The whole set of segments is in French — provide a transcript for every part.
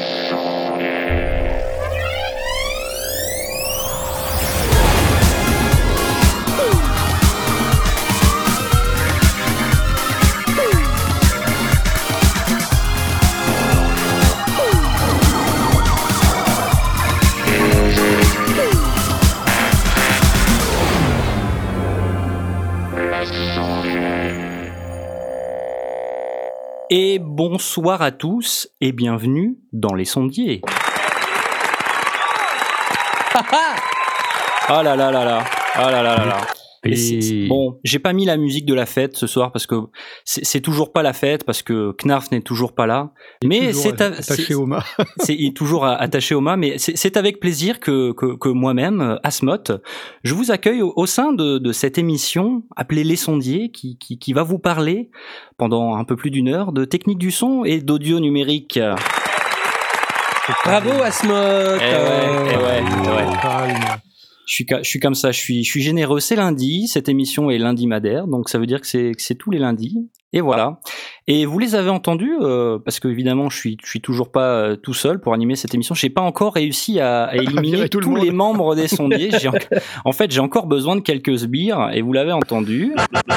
Et bonsoir à tous et bienvenue dans Les Sondiers. Oh là là là là, oh là là là là. Bon, j'ai pas mis la musique de la fête ce soir parce que c'est toujours pas la fête, parce que Knarf n'est toujours pas là. Mais c'est attaché au mât. Il est toujours attaché au mât, mais c'est avec plaisir que moi-même, Asmoth, je vous accueille au sein de cette émission appelée Les Sondiers, qui va vous parler pendant un peu plus d'une heure de technique du son et d'audio numérique. Bravo Asmoth. Eh ouais. Je suis comme ça, je suis généreux. C'est lundi, cette émission est lundi madère, donc ça veut dire que c'est tous les lundis. Et voilà. Et vous les avez entendus, parce que évidemment je suis toujours pas tout seul pour animer cette émission. J'ai pas encore réussi à éliminer tous les membres des sondiers. En fait, j'ai encore besoin de quelques sbires, et vous l'avez entendu.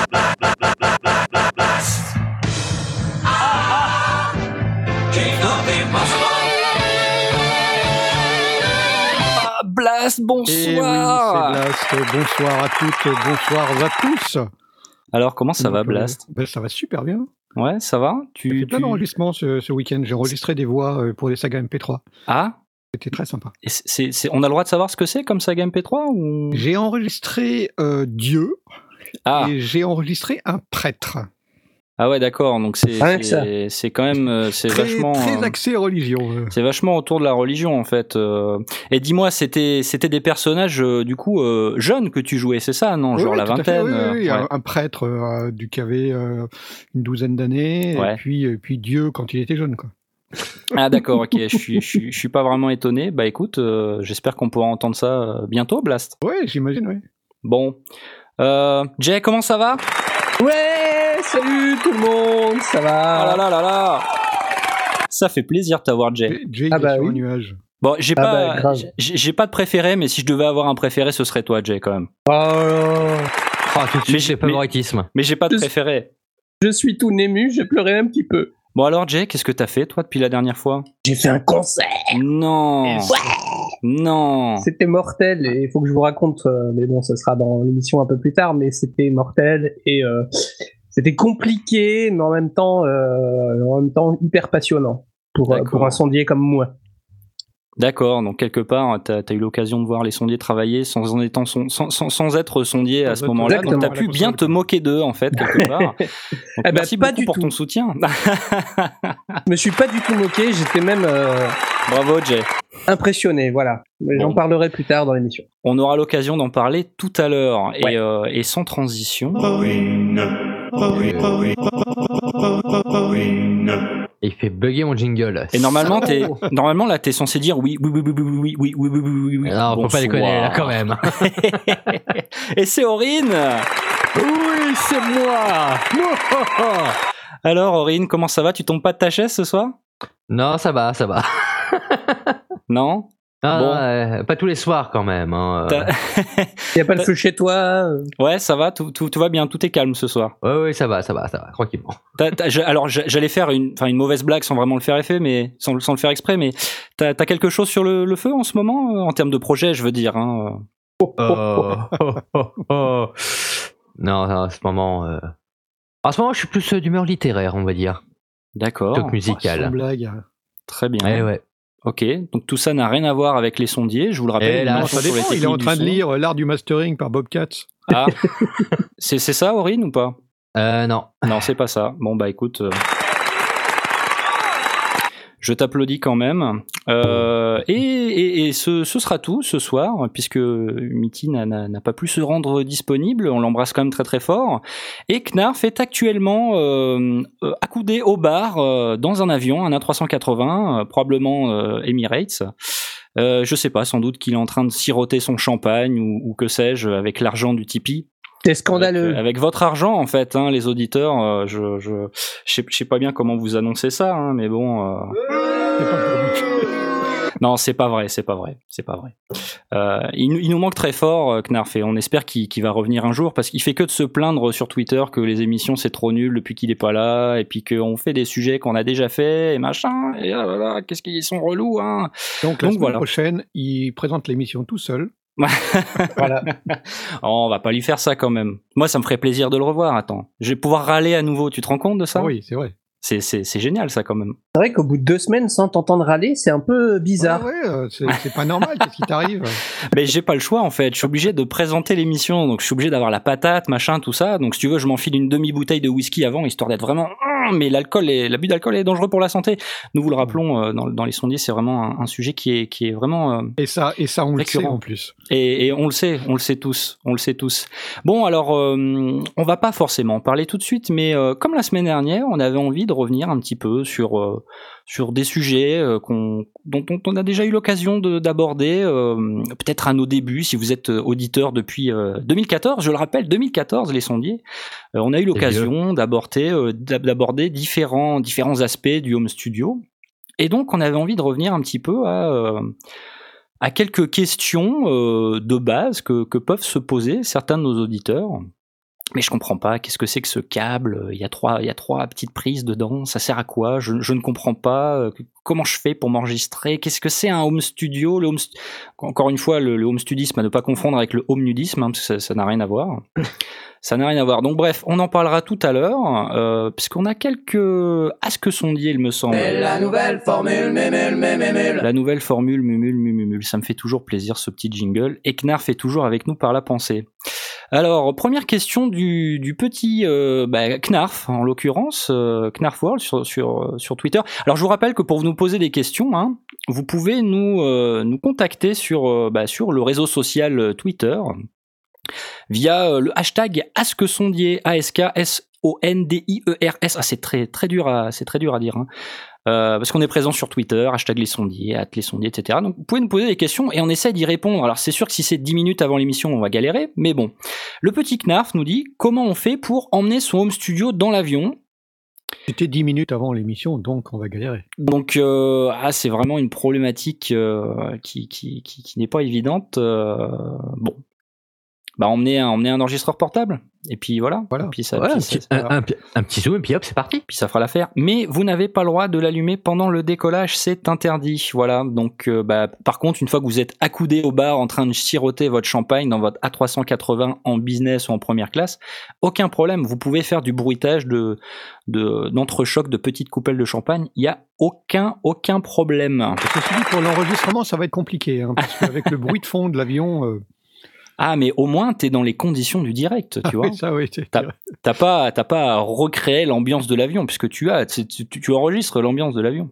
Blast, bonsoir. Oui, c'est Blast. Bonsoir à toutes, bonsoir à tous. Alors, comment ça va, Blast ? Ça va super bien. Ouais, ça va. J'ai fait plein d'enregistrements ce week-end. J'ai enregistré des voix pour des sagas MP3. Ah ? C'était très sympa. Et on a le droit de savoir ce que c'est comme saga MP3 ou... J'ai enregistré Dieu et j'ai enregistré un prêtre. Ah ouais, d'accord. Donc c'est quand même c'est vachement très axé religion. C'est vachement autour de la religion en fait. Et dis-moi, c'était des personnages du coup jeunes que tu jouais, c'est ça, non ? Genre la vingtaine. Oui. Un prêtre qui avait une douzaine d'années, et puis Dieu quand il était jeune, quoi. Ah d'accord, ok. Je suis pas vraiment étonné. Bah écoute, j'espère qu'on pourra entendre ça bientôt, Blast. Ouais, j'imagine, oui. Bon, Jay, comment ça va ? Ouais, salut tout le monde, ça va ? Ah là. Ça fait plaisir de t'avoir, Jay. Jay, il est sur un nuage. Bon, j'ai pas de préféré, mais si je devais avoir un préféré, ce serait toi, Jay, quand même. Tout de suite, j'ai favoritisme. Mais j'ai pas de préféré. Je suis tout ému, j'ai pleuré un petit peu. Bon alors, Jay, qu'est-ce que t'as fait, toi, depuis la dernière fois ? J'ai fait un concert. Non. Non. C'était mortel, et il faut que je vous raconte, mais bon, ce sera dans l'émission un peu plus tard, mais c'était mortel, et c'était compliqué, mais en même temps hyper passionnant pour un sondier comme moi. D'accord, donc quelque part, t'as eu l'occasion de voir les sondiers travailler sans être sondier à ce moment-là, donc t'as pu bien te moquer d'eux, en fait, quelque part. Donc, merci beaucoup pour ton soutien. Je me suis pas du tout moqué, j'étais même... Bravo, Jay. Impressionné, voilà. J'en parlerai plus tard dans l'émission. On aura l'occasion d'en parler tout à l'heure, et sans transition... Il fait bugger mon jingle. Et normalement là, t'es censé dire oui. Non, faut pas déconner là quand même. Et c'est Aurine. Oui, c'est moi. Alors Aurine, comment ça va ? Tu tombes pas de ta chaise ce soir ? Non, ça va. Non ? Bon. Pas tous les soirs quand même. Hein. Y a pas de feu chez toi ? Ouais, ça va, tout va bien, tout est calme ce soir. Ouais, ça va, tranquillement. Alors, j'allais faire une mauvaise blague sans vraiment le faire sans le faire exprès, mais t'as quelque chose sur le feu en ce moment, en termes de projet, je veux dire. Hein. Non, en ce moment, je suis plus d'humeur littéraire, on va dire. D'accord. Plutôt que musicale. Sans blague. Très bien. Ouais. Ok, donc tout ça n'a rien à voir avec les sondiers, je vous le rappelle. Là, ça dépend, il est en train de lire L'art du mastering par Bob Katz. Ah, c'est ça, Aurine, ou pas ? Non. Non, c'est pas ça. Bon, bah écoute... Je t'applaudis quand même. Et ce sera tout ce soir, puisque Mitty n'a pas pu se rendre disponible. On l'embrasse quand même très très fort. Et Knarf est actuellement accoudé au bar dans un avion, un A380, probablement Emirates. Je sais pas, sans doute qu'il est en train de siroter son champagne ou que sais-je, avec l'argent du Tipeee. C'est scandaleux. Avec votre argent, en fait, les auditeurs, je sais pas bien comment vous annoncez ça, mais bon... C'est pas pour but. Non, c'est pas vrai. Il nous manque très fort, Knarf, et on espère qu'il va revenir un jour, parce qu'il fait que de se plaindre sur Twitter que les émissions c'est trop nul depuis qu'il est pas là, et puis qu'on fait des sujets qu'on a déjà fait, et machin, et là, qu'est-ce qu'ils sont relous, hein. Donc la semaine prochaine, il présente l'émission tout seul. Voilà. Oh, on va pas lui faire ça quand même. Moi, ça me ferait plaisir de le revoir. Attends, je vais pouvoir râler à nouveau. Tu te rends compte de ça ? Oui, c'est vrai. C'est génial ça quand même. C'est vrai qu'au bout de 2 semaines sans t'entendre râler, c'est un peu bizarre. Ouais, c'est pas normal, qu'est-ce qui t'arrive ? Mais j'ai pas le choix en fait, je suis obligé de présenter l'émission, donc je suis obligé d'avoir la patate, machin, tout ça, donc si tu veux je m'enfile une demi-bouteille de whisky avant, histoire d'être vraiment... Mais l'abus d'alcool est dangereux pour la santé. Nous vous le rappelons, dans les sondiers, c'est vraiment un sujet qui est vraiment... Et ça on récurrent. Le sait en plus. Et on le sait tous. Bon alors, on va pas forcément parler tout de suite, mais comme la semaine dernière, on avait envie de revenir un petit peu sur des sujets dont on a déjà eu l'occasion d'aborder, peut-être à nos débuts, si vous êtes auditeur depuis 2014, je le rappelle, 2014, les sondiers, on a eu l'occasion d'aborder différents aspects du home studio, et donc on avait envie de revenir un petit peu à quelques questions de base que peuvent se poser certains de nos auditeurs. Mais je comprends pas, qu'est-ce que c'est que ce câble ? Il y a trois petites prises dedans, ça sert à quoi ? Je ne comprends pas, comment je fais pour m'enregistrer ? Qu'est-ce que c'est un home studio ? Encore une fois, le home studisme à ne pas confondre avec le home nudisme, hein, parce que ça n'a rien à voir. Ça n'a rien à voir. Donc bref, on en parlera tout à l'heure, puisqu'on a quelques Ask Sondier, il me semble. Et la nouvelle formule, mémule. La nouvelle formule, mumule. Ça me fait toujours plaisir, ce petit jingle. Et Knarf est toujours avec nous par la pensée. Alors, première question du petit Knarf, en l'occurrence, Knarf World sur Twitter. Alors, je vous rappelle que pour nous poser des questions, hein, vous pouvez nous contacter sur le réseau social Twitter via le hashtag AskSondier, ASKSONDIERS. Ah, c'est très dur à dire, hein. Parce qu'on est présent sur Twitter, hashtag les sondiers, @lesondiers, etc. Donc vous pouvez nous poser des questions et on essaie d'y répondre. Alors c'est sûr que si c'est 10 minutes avant l'émission, on va galérer, mais bon. Le petit Knarf nous dit comment on fait pour emmener son home studio dans l'avion. C'était 10 minutes avant l'émission, donc on va galérer. Donc c'est vraiment une problématique qui n'est pas évidente. Bon. Emmener un enregistreur portable, et puis voilà. Puis un petit zoom, et puis hop, c'est parti. Puis ça fera l'affaire. Mais vous n'avez pas le droit de l'allumer pendant le décollage, c'est interdit. Voilà. Donc, par contre, une fois que vous êtes accoudé au bar en train de siroter votre champagne dans votre A380 en business ou en première classe, aucun problème. Vous pouvez faire du bruitage d'entrechoc de petites coupelles de champagne. Il y a aucun problème. Ceci dit, pour l'enregistrement, ça va être compliqué, hein, parce qu'avec le bruit de fond de l'avion. Ah, mais au moins, t'es dans les conditions du direct, tu vois. Oui, ça, oui. T'as pas à recréer l'ambiance de l'avion, puisque tu enregistres l'ambiance de l'avion.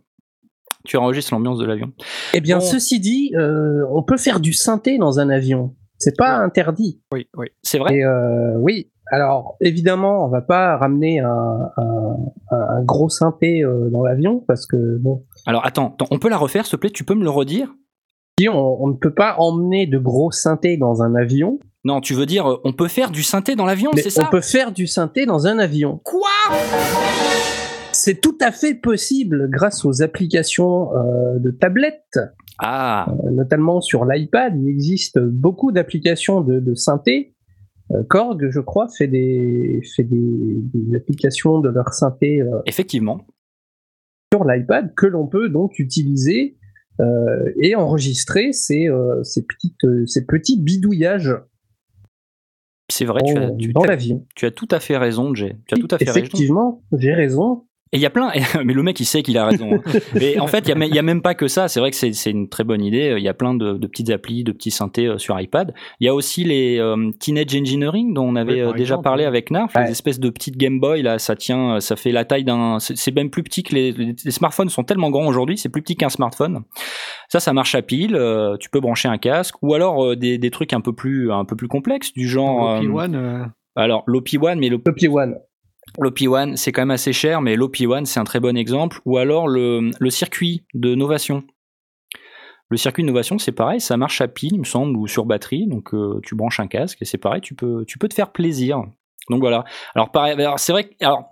Eh bien, ceci dit, on peut faire du synthé dans un avion. C'est pas interdit. Oui. C'est vrai ? Et oui. Alors, évidemment, on va pas ramener un gros synthé dans l'avion, parce que bon. Alors, attends, on peut la refaire, s'il te plaît ? Tu peux me le redire ? On ne peut pas emmener de gros synthés dans un avion. Non, tu veux dire, on peut faire du synthé dans l'avion, c'est ça ? On peut faire du synthé dans un avion. Quoi ? C'est tout à fait possible grâce aux applications de tablettes. Ah. Notamment sur l'iPad, il existe beaucoup d'applications de synthé. Korg, je crois, fait des applications de leur synthé. Effectivement. Sur l'iPad, que l'on peut donc utiliser et enregistrer ces petits bidouillages. C'est vrai, dans l'avion. Tu as tout à fait raison, Jay. Tu as tout à fait Effectivement, j'ai raison. Et il y a plein, mais le mec il sait qu'il a raison. Mais en fait, il y a même pas que ça. C'est vrai que c'est une très bonne idée. Il y a plein de petites applis, de petits synthés sur iPad. Il y a aussi les Teenage Engineering dont on avait déjà parlé avec Knarf, les espèces de petites Game Boy là. Ça fait la taille d'un. C'est même plus petit que les smartphones sont tellement grands aujourd'hui. C'est plus petit qu'un smartphone. Ça marche à pile. Tu peux brancher un casque ou alors des trucs un peu plus complexes du genre. l'OP1. Alors l'OP1, mais l'OP1. L'OP1, c'est quand même assez cher, mais l'OP1, c'est un très bon exemple. Ou alors le circuit de Novation. Le circuit de Novation, c'est pareil, ça marche à pile, il me semble, ou sur batterie. Donc, tu branches un casque et c'est pareil, tu peux te faire plaisir. Donc voilà. Alors, pareil, c'est vrai que... Alors,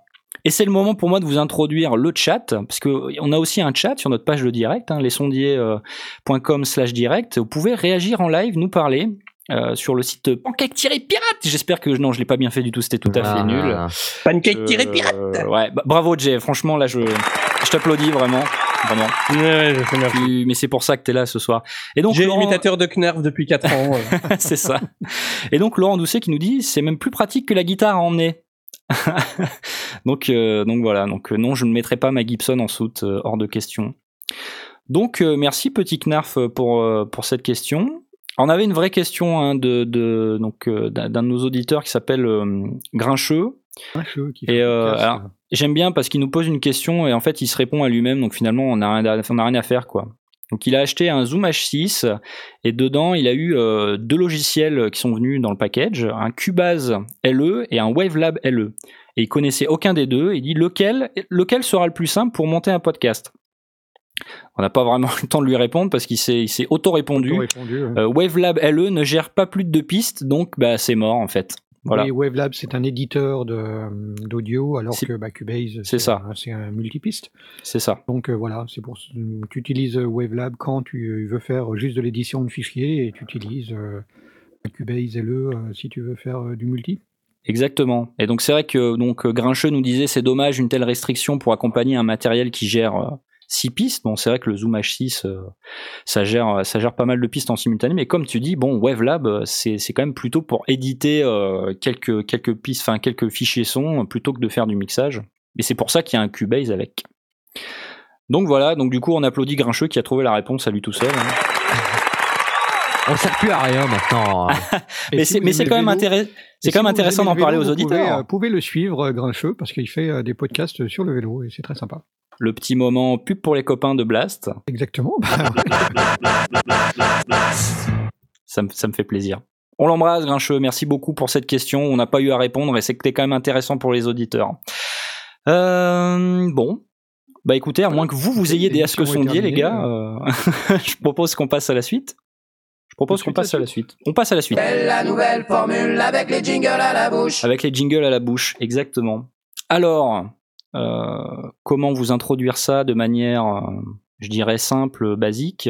Et c'est le moment pour moi de vous introduire le chat, parce que on a aussi un chat sur notre page de direct, lesondiers.com/direct. Vous pouvez réagir en live, nous parler sur le site Pancake-Pirate. J'espère que non, je l'ai pas bien fait du tout, c'était tout à fait nul. Pancake-Pirate. Ouais, bravo Jay, franchement là je t'applaudis vraiment. Ouais, mais c'est pour ça que t'es là ce soir. Et donc j'ai Laurent... imitateur de Knarf depuis 4 ans. C'est ça. Et donc Laurent Doucet qui nous dit c'est même plus pratique que la guitare à emmener. donc voilà. Donc non, je ne mettrai pas ma Gibson en soute, hors de question. Donc merci petit Knarf pour cette question. On avait une vraie question d'un de nos auditeurs qui s'appelle Grincheux. Et alors, j'aime bien parce qu'il nous pose une question et en fait il se répond à lui-même, donc finalement on n'a rien à faire quoi. Donc il a acheté un Zoom H6 et dedans il a eu 2 logiciels qui sont venus dans le package, un Cubase LE et un Wavelab LE. Et il connaissait aucun des deux. Il dit lequel sera le plus simple pour monter un podcast. On n'a pas vraiment eu le temps de lui répondre parce qu'il s'est auto-répondu. Ouais. Wavelab LE ne gère pas plus de 2 pistes, donc c'est mort en fait. Voilà. Oui, Wavelab, c'est un éditeur d'audio, alors que Cubase, c'est un multipiste. C'est ça. Donc voilà, c'est pour tu utilises Wavelab quand tu veux faire juste de l'édition de fichiers et tu utilises Cubase LE si tu veux faire du multi. Exactement. Et donc c'est vrai que Grincheux nous disait c'est dommage une telle restriction pour accompagner un matériel qui gère 6 pistes. Bon, c'est vrai que le Zoom H6 ça gère pas mal de pistes en simultané, mais comme tu dis, bon, Wavelab c'est quand même plutôt pour éditer quelques pistes, enfin quelques fichiers son plutôt que de faire du mixage. Et c'est pour ça qu'il y a un Cubase avec. Donc voilà, donc du coup on applaudit Grincheux qui a trouvé la réponse à lui tout seul. On sert plus à rien maintenant. mais c'est quand même intéressant d'en parler aux auditeurs. Vous pouvez le suivre, Grincheux, parce qu'il fait des podcasts sur le vélo et c'est très sympa. Le petit moment pub pour les copains de Blast. Exactement. Ça me fait plaisir. On l'embrasse, Grincheux. Merci beaucoup pour cette question. On n'a pas eu à répondre et c'est que c'était quand même intéressant pour les auditeurs. Bon. Bah écoutez, à moins que vous ayez des Ask Sondiers, les gars, je propose qu'on passe à la suite. On passe à la suite. C'est la nouvelle formule avec les jingles à la bouche. Avec les jingles à la bouche, exactement. Alors, comment vous introduire ça de manière, je dirais, simple, basique.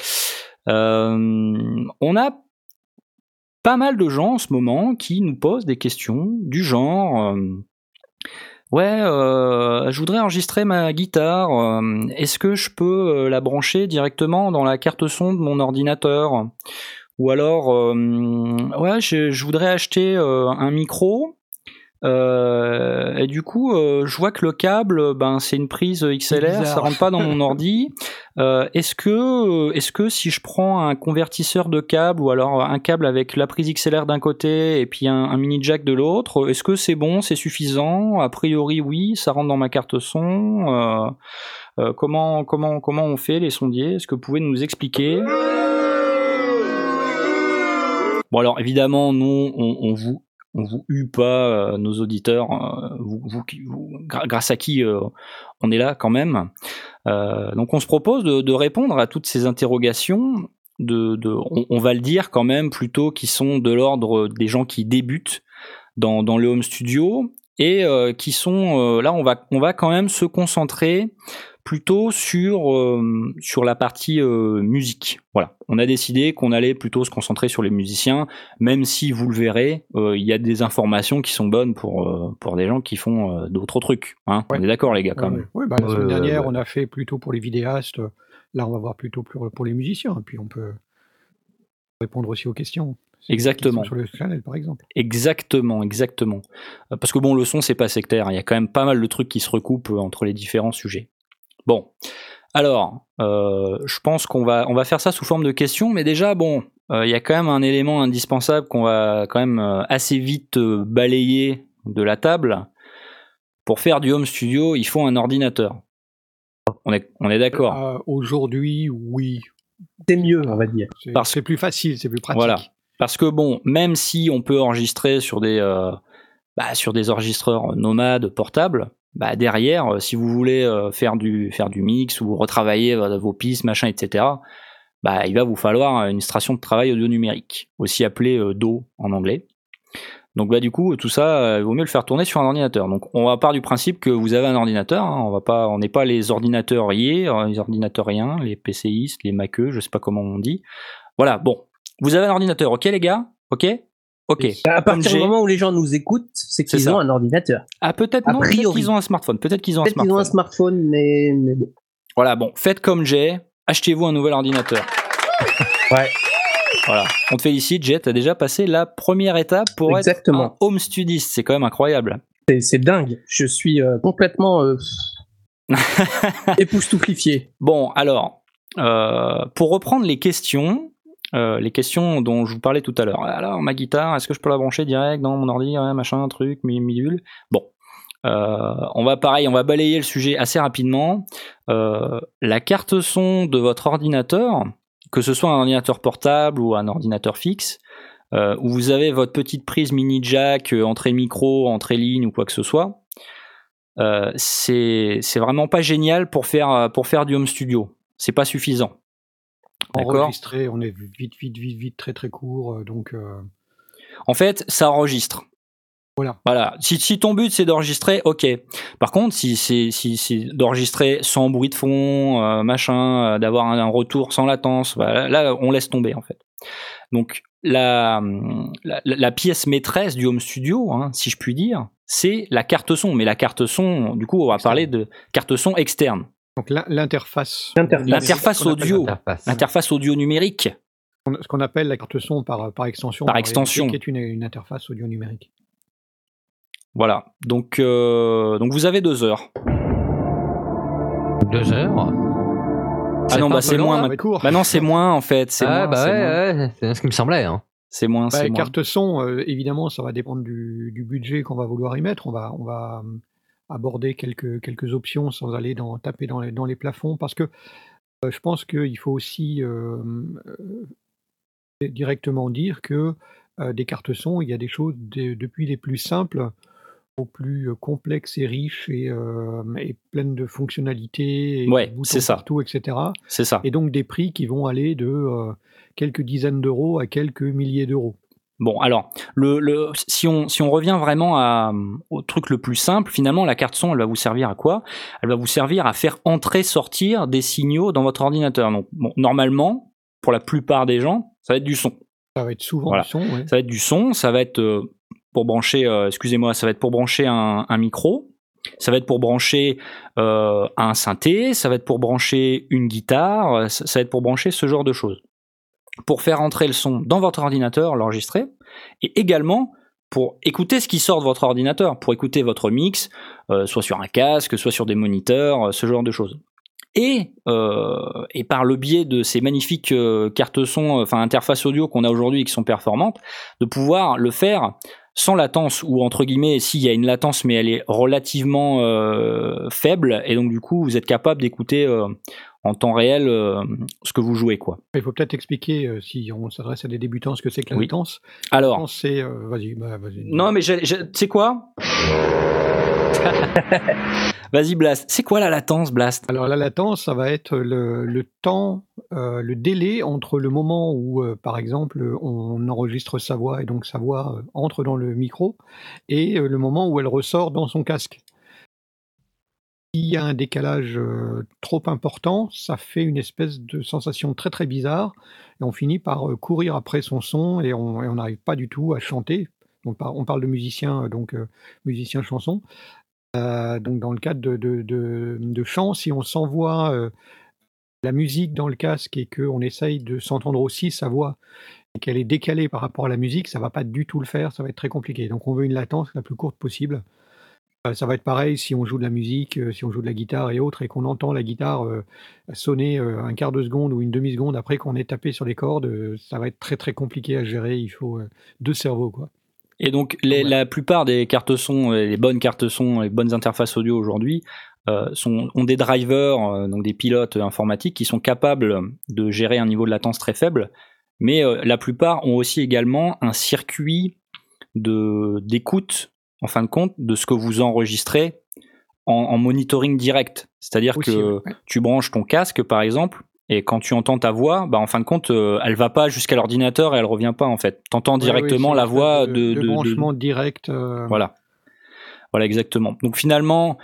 On a pas mal de gens en ce moment qui nous posent des questions du genre je voudrais enregistrer ma guitare, est-ce que je peux la brancher directement dans la carte son de mon ordinateur? Ou alors je voudrais acheter un micro et du coup je vois que le câble c'est une prise XLR, ça rentre pas dans mon ordi. Est-ce que si je prends un convertisseur de câble ou alors un câble avec la prise XLR d'un côté et puis un mini jack de l'autre, est-ce que c'est bon, c'est suffisant? A priori oui, ça rentre dans ma carte son. Comment on fait les sondiers? Est-ce que vous pouvez nous expliquer? Bon alors évidemment nous on vous hue pas nos auditeurs, grâce à qui on est là quand même. Donc on se propose de répondre à toutes ces interrogations, on va le dire quand même plutôt qui sont de l'ordre des gens qui débutent dans le home studio et qui sont là on va quand même se concentrer plutôt sur la partie musique. Voilà, on a décidé qu'on allait plutôt se concentrer sur les musiciens, même si vous le verrez, il y a des informations qui sont bonnes pour des gens qui font d'autres trucs. Hein. Ouais. On est d'accord les gars quand même. Ouais, la semaine dernière on a fait plutôt pour les vidéastes, là on va voir plutôt pour les musiciens, et puis on peut répondre aussi aux questions. Exactement. Sur le channel par exemple. Exactement. Parce que bon, le son c'est pas sectaire, il y a quand même pas mal de trucs qui se recoupent entre les différents sujets. Bon, alors, je pense qu'on va faire ça sous forme de questions, mais déjà, bon, il y a quand même un élément indispensable qu'on va quand même assez vite balayer de la table. Pour faire du home studio, il faut un ordinateur. On est d'accord. Aujourd'hui, oui. C'est mieux, on va dire. C'est plus facile, c'est plus pratique. Voilà. Parce que bon, même si on peut enregistrer sur des enregistreurs nomades portables, derrière, si vous voulez faire du mix ou retravailler vos pistes, machin, etc., il va vous falloir une station de travail audio numérique, aussi appelée DAW en anglais. Donc du coup tout ça, il vaut mieux le faire tourner sur un ordinateur. Donc on part du principe que vous avez un ordinateur, hein, on n'est pas les ordinateuriers, les ordinateuriens, les PCistes, les maqueux, je sais pas comment on dit. Voilà, bon, vous avez un ordinateur, ok les gars, ok. À partir du moment où les gens nous écoutent, c'est qu'ils ont un ordinateur. Ah peut-être non, peut-être qu'ils ont un smartphone, peut-être qu'ils ont un smartphone, mais bon. Voilà, bon, faites comme Jay, achetez-vous un nouvel ordinateur. Ouais. Voilà, on te félicite, Jay, t'as déjà passé la première étape pour être un home studiste, c'est quand même incroyable. C'est dingue, je suis complètement époustouflifié. Bon, alors, pour reprendre les questions dont je vous parlais tout à l'heure. Alors, ma guitare, est-ce que je peux la brancher direct dans mon ordi, machin, truc, midule. Bon, on va balayer le sujet assez rapidement. La carte son de votre ordinateur, que ce soit un ordinateur portable ou un ordinateur fixe, où vous avez votre petite prise mini jack, entrée micro, entrée ligne ou quoi que ce soit, c'est vraiment pas génial pour faire du home studio. C'est pas suffisant. Enregistré, on est vite, très très court, donc. En fait, ça enregistre. Voilà. Si ton but c'est d'enregistrer, ok. Par contre, si c'est d'enregistrer sans bruit de fond, machin, d'avoir un retour sans latence, voilà, là on laisse tomber en fait. Donc la pièce maîtresse du home studio, hein, si je puis dire, c'est la carte son. Mais la carte son, du coup, on va parler de carte son externe. Donc l'interface. L'interface audio. L'interface audio numérique. Ce qu'on appelle la carte son par extension. Par extension. Qui est une interface audio numérique. Voilà. Donc vous avez 2 heures. 2 heures. Ah non, c'est moins. Maintenant, c'est moins en fait. C'est moins. Ouais, c'est ce qui me semblait. Hein. C'est moins. La carte son, évidemment, ça va dépendre du budget qu'on va vouloir y mettre. On va aborder quelques options sans aller taper dans les plafonds, parce que je pense qu'il faut aussi directement dire que des cartes son, il y a des choses depuis les plus simples aux plus complexes et riches et pleines de fonctionnalités, et ouais, c'est ça. Partout, etc. C'est ça. Et donc des prix qui vont aller de quelques dizaines d'euros à quelques milliers d'euros. Bon, alors, si on revient vraiment au truc le plus simple, finalement, la carte son, elle va vous servir à quoi ? Elle va vous servir à faire entrer-sortir des signaux dans votre ordinateur. Donc, bon, normalement, pour la plupart des gens, ça va être du son. Ça va être souvent du son, ouais. Ça va être du son, ça va être pour brancher, ça va être pour brancher un micro, ça va être pour brancher un synthé, ça va être pour brancher une guitare, ça va être pour brancher ce genre de choses. Pour faire entrer le son dans votre ordinateur, l'enregistrer, et également pour écouter ce qui sort de votre ordinateur, pour écouter votre mix, soit sur un casque, soit sur des moniteurs, ce genre de choses. Et par le biais de ces magnifiques cartes son, interfaces audio qu'on a aujourd'hui et qui sont performantes, de pouvoir le faire sans latence, ou entre guillemets, s'il y a une latence, mais elle est relativement faible, et donc du coup, vous êtes capable d'écouter en temps réel ce que vous jouez, quoi. Il faut peut-être expliquer, si on s'adresse à des débutants, ce que c'est que la latence. Alors, la latence, c'est... vas-y. Non, mais tu sais quoi Vas-y, Blast. C'est quoi la latence, Blast ? Alors, la latence, ça va être le temps, le délai entre le moment où, par exemple, on enregistre sa voix, et donc sa voix entre dans le micro, et le moment où elle ressort dans son casque. S'il y a un décalage trop important, ça fait une espèce de sensation très très bizarre, et on finit par courir après son son, et on n'arrive pas du tout à chanter. On parle de musiciens, musiciens chansons. Donc dans le cadre de chant, si on s'envoie la musique dans le casque et qu'on essaye de s'entendre aussi sa voix, et qu'elle est décalée par rapport à la musique, ça va pas du tout le faire, ça va être très compliqué. Donc on veut une latence la plus courte possible. Ça va être pareil si on joue de la musique, si on joue de la guitare et autres, et qu'on entend la guitare sonner un quart de seconde ou une demi-seconde après qu'on ait tapé sur les cordes, ça va être très très compliqué à gérer, il faut 2 cerveaux, quoi. Et donc la plupart des cartes son, les bonnes cartes son, les bonnes interfaces audio aujourd'hui ont des drivers, donc des pilotes informatiques qui sont capables de gérer un niveau de latence très faible, mais la plupart ont aussi également un circuit d'écoute, en fin de compte, de ce que vous enregistrez en monitoring direct. C'est-à-dire que tu branches ton casque, par exemple, Et quand tu entends ta voix, en fin de compte, elle va pas jusqu'à l'ordinateur et elle revient pas en fait. T'entends directement la voix de branchement direct. Voilà. Voilà, exactement. Donc finalement,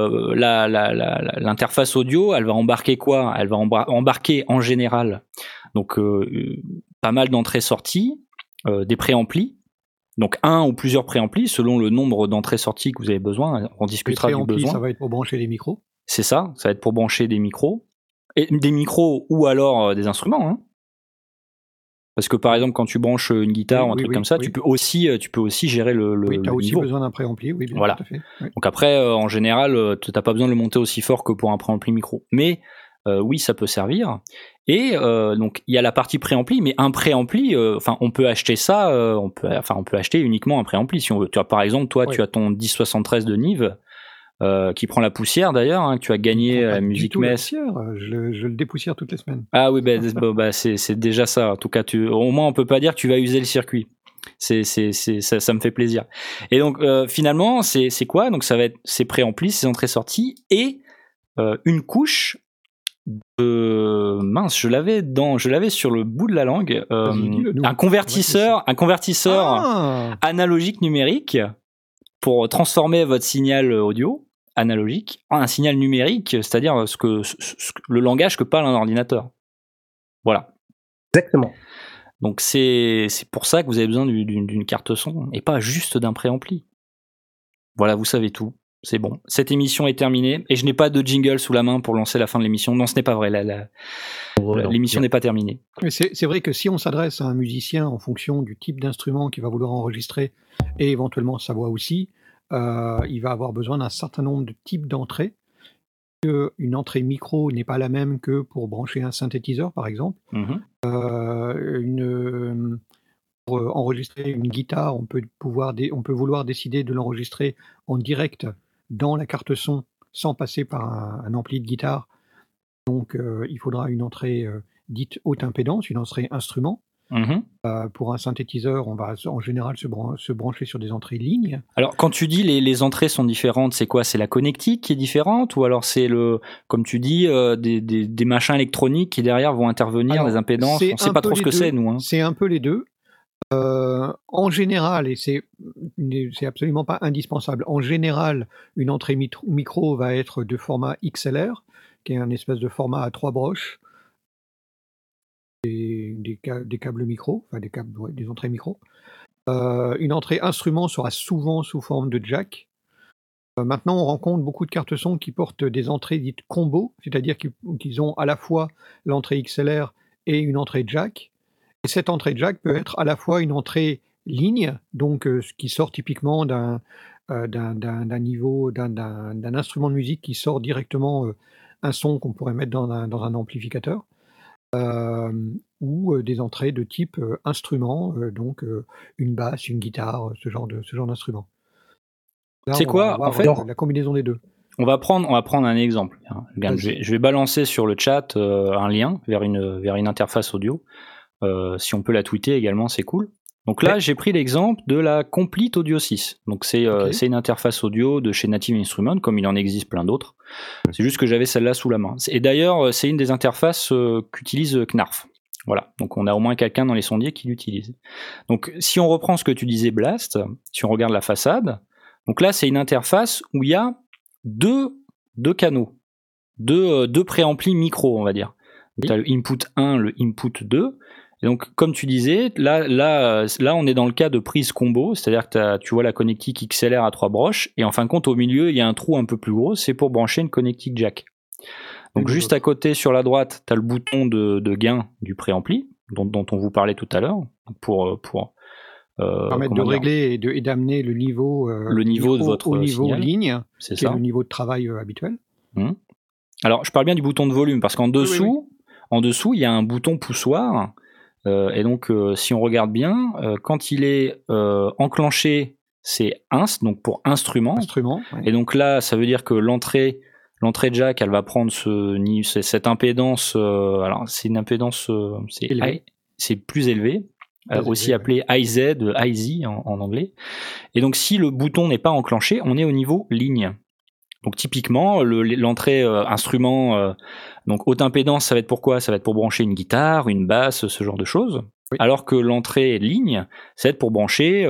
l'interface audio, elle va embarquer quoi ? Elle va embarquer en général, donc pas mal d'entrées-sorties, des préamplis. Donc un ou plusieurs préamplis selon le nombre d'entrées-sorties que vous avez besoin. On discutera du besoin. Ça va être pour brancher les micros. C'est ça va être pour brancher des micros. Et des micros ou alors des instruments. Hein. Parce que par exemple, quand tu branches une guitare ou un truc comme ça, tu peux aussi gérer le Oui, tu as aussi niveau. besoin d'un préampli, oui, bien voilà. Tout à fait. Oui. Donc après, en général, tu n'as pas besoin de le monter aussi fort que pour un préampli micro. Mais oui, ça peut servir. Et donc il y a la partie préampli, mais un préampli, on peut acheter ça, on peut acheter uniquement un préampli. Si on veut. Tu as, par exemple, toi, tu as ton 1073 de Nive. Qui prend la poussière d'ailleurs, hein, que tu as gagné à Musique Mess. Je le dépoussière toutes les semaines. Ah oui, c'est déjà ça. En tout cas, au moins on peut pas dire que tu vas user le circuit. Ça me fait plaisir. Et donc finalement, c'est quoi ? Donc ça va être ces préamplis, ces entrées-sorties et une couche de je l'avais sur le bout de la langue. Un convertisseur analogique numérique pour transformer votre signal audio analogique en un signal numérique, c'est-à-dire le langage que parle un ordinateur. Voilà. Exactement. Donc c'est pour ça que vous avez besoin d'une carte son et pas juste d'un préampli. Voilà, vous savez tout. C'est bon. Cette émission est terminée et je n'ai pas de jingle sous la main pour lancer la fin de l'émission. Non, ce n'est pas vrai. L'émission n'est pas terminée. Mais c'est vrai que si on s'adresse à un musicien en fonction du type d'instrument qu'il va vouloir enregistrer et éventuellement sa voix aussi, il va avoir besoin d'un certain nombre de types d'entrées. Une entrée micro n'est pas la même que pour brancher un synthétiseur, par exemple. Pour enregistrer une guitare, on peut vouloir décider de l'enregistrer en direct dans la carte son sans passer par un ampli de guitare. Donc il faudra une entrée dite haute impédance, une entrée instrument. Pour un synthétiseur, on va en général se brancher sur des entrées lignes. Alors, quand tu dis les entrées sont différentes, c'est quoi ? C'est la connectique qui est différente ou alors c'est comme tu dis, des machins électroniques qui derrière vont intervenir, des impédances ? On ne sait pas trop ce que c'est, nous. Hein. C'est un peu les deux. En général, et c'est absolument pas indispensable, en général, une entrée micro va être de format XLR, qui est un espèce de format à 3 broches. Des câbles micro, des entrées micro. Une entrée instrument sera souvent sous forme de jack. Maintenant, on rencontre beaucoup de cartes son qui portent des entrées dites combo, c'est-à-dire qu'ils ont à la fois l'entrée XLR et une entrée jack. Et cette entrée jack peut être à la fois une entrée ligne, donc ce qui sort typiquement d'un niveau, d'un instrument de musique qui sort directement un son qu'on pourrait mettre dans un amplificateur. Ou des entrées de type instrument, donc une basse, une guitare, ce genre d'instrument. C'est quoi en fait la combinaison des deux. On va prendre un exemple. Je vais balancer sur le chat un lien vers une interface audio. Si on peut la tweeter également, c'est cool. Donc là, j'ai pris l'exemple de la Complete Audio 6. Donc c'est une interface audio de chez Native Instruments, comme il en existe plein d'autres. C'est juste que j'avais celle-là sous la main. Et d'ailleurs, c'est une des interfaces qu'utilise Knarf. Voilà. Donc on a au moins quelqu'un dans les sondiers qui l'utilise. Donc si on reprend ce que tu disais, Blast, si on regarde la façade, donc là c'est une interface où il y a deux canaux, deux préamplis micro, on va dire. Tu as le input 1, le input 2. Et donc, comme tu disais, là, on est dans le cas de prise combo, c'est-à-dire que tu vois la connectique XLR à 3 broches, et en fin de compte, au milieu, il y a un trou un peu plus gros, c'est pour brancher une connectique jack. Donc, juste à côté, sur la droite, tu as le bouton de gain du préampli, dont on vous parlait tout à l'heure, pour permettre de régler et d'amener le niveau de votre au niveau signal. Ligne, qui est le niveau de travail habituel. Alors, je parle bien du bouton de volume, parce qu'en dessous, il y a un bouton poussoir. Et donc, si on regarde bien, quand il est enclenché, c'est inst, donc pour instrument. Ouais. Et donc là, ça veut dire que l'entrée jack, elle va prendre cette impédance. Alors, c'est une impédance, c'est plus élevé, aussi appelé IZ, IZ en anglais. Et donc, si le bouton n'est pas enclenché, on est au niveau ligne. Donc typiquement, l'entrée instrument, donc haute impédance, ça va être pour quoi? Ça va être pour brancher une guitare, une basse, ce genre de choses. Oui. Alors que l'entrée ligne, ça va être pour brancher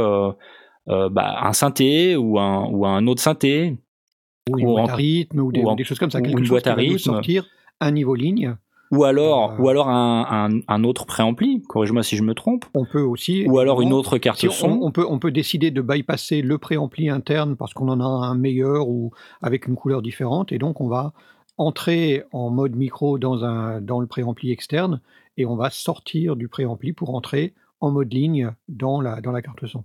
un synthé ou un autre synthé. Ou une boîte à rythme, ou des choses comme ça. Quelque chose qui va nous sortir un niveau ligne. Ou alors un autre préampli, corrige-moi si je me trompe. On peut aussi. Ou alors une autre carte son. On peut décider de bypasser le préampli interne parce qu'on en a un meilleur ou avec une couleur différente, et donc on va entrer en mode micro dans le préampli externe, et on va sortir du préampli pour entrer en mode ligne dans la carte son.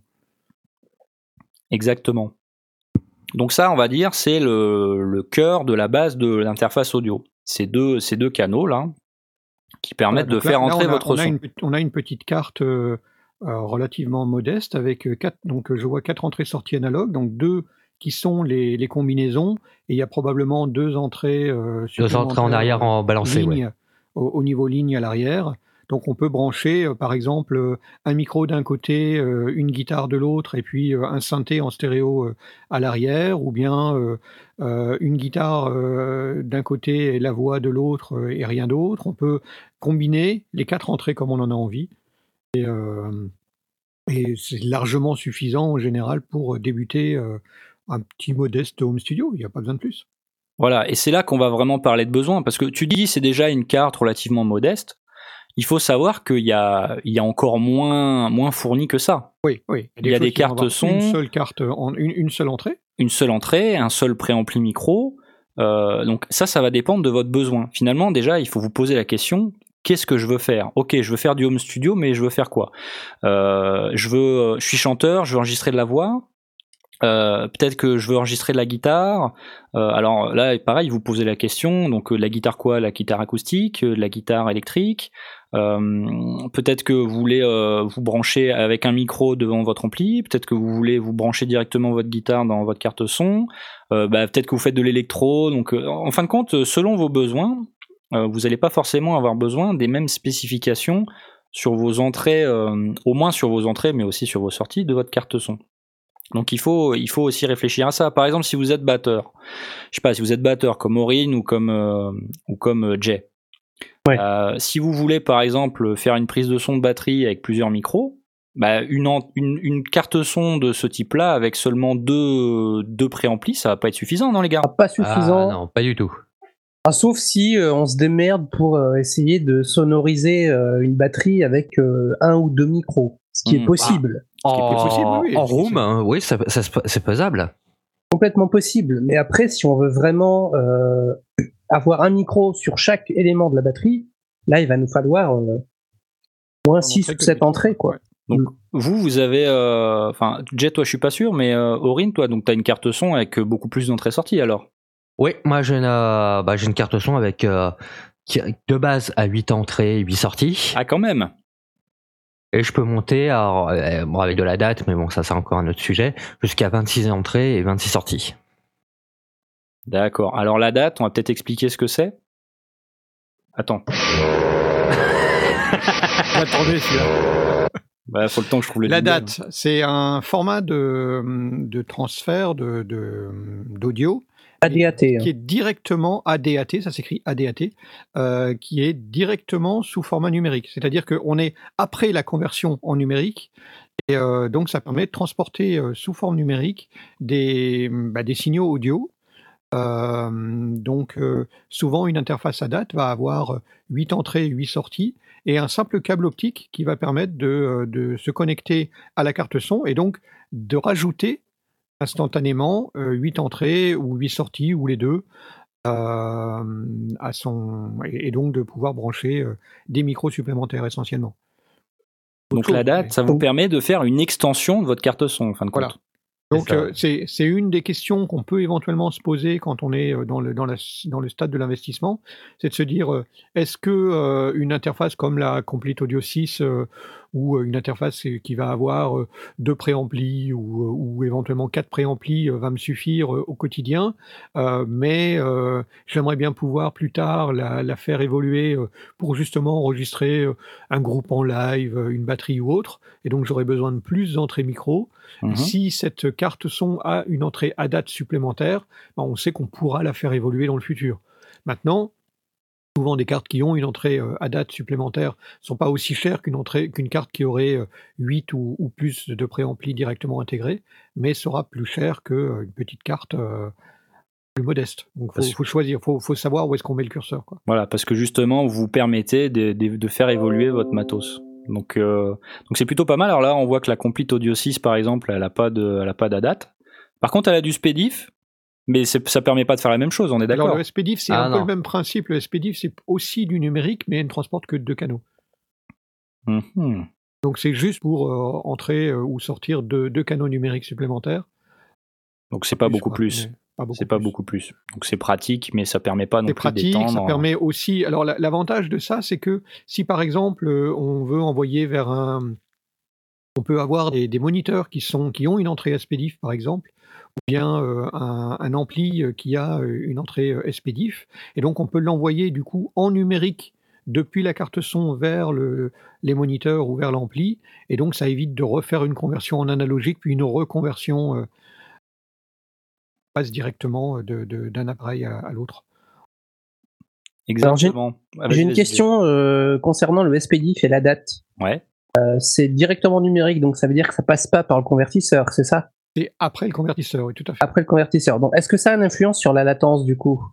Exactement. Donc ça, on va dire, c'est le cœur de la base de l'interface audio. Ces deux canaux là qui permettent de faire entrer votre son. On a une petite carte relativement modeste avec 4, donc je vois 4 entrées-sorties analogues, donc 2 qui sont les combinaisons, et il y a probablement 2 entrées supplémentaires. 2 entrées en arrière en balancé, ligne, au niveau ligne à l'arrière. Donc on peut brancher par exemple un micro d'un côté, une guitare de l'autre, et puis un synthé en stéréo à l'arrière, ou bien une guitare d'un côté et la voix de l'autre et rien d'autre. On peut combiner les 4 entrées comme on en a envie, et c'est largement suffisant en général pour débuter un petit modeste home studio. Il n'y a pas besoin de plus. Voilà, et c'est là qu'on va vraiment parler de besoin, parce que tu dis c'est déjà une carte relativement modeste. Il faut savoir qu'il y a encore moins fourni que ça. Oui. Il y a des cartes son. Une seule carte, une seule entrée. Une seule entrée, un seul préampli micro. Donc ça va dépendre de votre besoin. Finalement, déjà, il faut vous poser la question, qu'est-ce que je veux faire? Ok, je veux faire du home studio, mais je veux faire quoi? Je suis chanteur, je veux enregistrer de la voix. Peut-être que je veux enregistrer de la guitare. Alors là, pareil, vous posez la question. Donc la guitare quoi? La guitare acoustique, la guitare électrique. Peut-être que vous voulez vous brancher avec un micro devant votre ampli. Peut-être que vous voulez vous brancher directement votre guitare dans votre carte son. Peut-être que vous faites de l'électro. Donc en fin de compte, selon vos besoins, vous n'allez pas forcément avoir besoin des mêmes spécifications sur vos entrées, au moins sur vos entrées, mais aussi sur vos sorties de votre carte son. Donc il faut aussi réfléchir à ça. Par exemple, si vous êtes batteur, je sais pas, si vous êtes batteur comme Aurine ou comme Jay. Ouais. Si vous voulez par exemple faire une prise de son de batterie avec plusieurs micros, une carte son de ce type-là avec seulement deux préamplis, ça va pas être suffisant, non les gars? Pas suffisant. Ah non, pas du tout. Sauf si on se démerde pour essayer de sonoriser une batterie avec 1 ou 2 micros, ce qui est possible. En room, hein, oui, c'est faisable. Complètement possible. Mais après, si on veut vraiment avoir un micro sur chaque élément de la batterie, là, il va nous falloir moins 6 ou 7 entrées, quoi. Ouais. Donc vous avez, Jet, toi je suis pas sûr, mais Aurine, toi, donc t'as une carte son avec beaucoup plus d'entrées-sorties alors? Oui, moi j'ai une carte son avec de base à 8 entrées, 8 sorties. Ah quand même. Et je peux monter, avec de la date, mais bon, ça c'est encore un autre sujet, jusqu'à 26 entrées et 26 sorties. D'accord. Alors la date, on va peut-être expliquer ce que c'est. Attends. Attendez, celui-là. Faut le temps que je trouve le La jingle. date, c'est un format de transfert d'audio ADAT. qui est directement ADAT, ça s'écrit ADAT, qui est directement sous format numérique. C'est-à-dire qu'on est après la conversion en numérique, et donc ça permet de transporter sous forme numérique des signaux audio. Donc souvent une interface ADAT va avoir 8 entrées, 8 sorties, et un simple câble optique qui va permettre de se connecter à la carte son, et donc de rajouter instantanément 8 entrées ou 8 sorties, ou les deux, et donc de pouvoir brancher des micros supplémentaires essentiellement. Donc la date, ça vous permet de faire une extension de votre carte son, en fin de compte. Voilà. Donc c'est une des questions qu'on peut éventuellement se poser quand on est dans le stade de l'investissement, c'est de se dire est-ce que une interface comme la Complete Audio 6 ou une interface qui va avoir 2 préamplis ou éventuellement 4 préamplis va me suffire au quotidien. Mais j'aimerais bien pouvoir plus tard la faire évoluer pour justement enregistrer un groupe en live, une batterie ou autre. Et donc j'aurais besoin de plus d'entrées micro. Mhm. Si cette carte son a une entrée ADAT supplémentaire, ben, on sait qu'on pourra la faire évoluer dans le futur. Maintenant, souvent des cartes qui ont une entrée ADAT supplémentaire ne sont pas aussi chères qu'une carte qui aurait 8 ou plus de préamplis directement intégrés, mais sera plus cher qu'une petite carte plus modeste. Donc Parce- faut choisir, faut savoir où est-ce qu'on met le curseur, quoi. Voilà, parce que justement, vous permettez de faire évoluer votre matos. Donc c'est plutôt pas mal. Alors là, on voit que la Complete Audio 6, par exemple, elle a pas d'ADAT. Par contre, elle a du SPDIF, mais ça permet pas de faire la même chose, on est d'accord. Alors le SPDIF, c'est Ah, un peu non. le même principe. Le SPDIF, c'est aussi du numérique, mais elle ne transporte que 2 canaux. Mhm. Donc c'est juste pour entrer ou sortir 2 canaux numériques supplémentaires. Donc c'est pas beaucoup quoi, plus. mais pas beaucoup C'est pas plus. beaucoup plus. Donc c'est pratique, mais ça permet pas non C'est plus pratique, ça d'étendre. permet aussi. Alors l'avantage de ça, c'est que si par exemple on veut envoyer vers on peut avoir des moniteurs qui ont une entrée SPDIF par exemple, ou bien un ampli qui a une entrée SPDIF, et donc on peut l'envoyer du coup en numérique depuis la carte son vers les moniteurs ou vers l'ampli, et donc ça évite de refaire une conversion en analogique puis une reconversion passe directement d'un appareil à l'autre. Alors, Exactement. Ah, vas-y, J'ai une vas-y, question concernant le SPDIF et la date. Ouais. C'est directement numérique, donc ça veut dire que ça passe pas par le convertisseur, c'est ça? C'est après le convertisseur, oui, tout à fait. Après le convertisseur. Donc, est-ce que ça a une influence sur la latence du coup?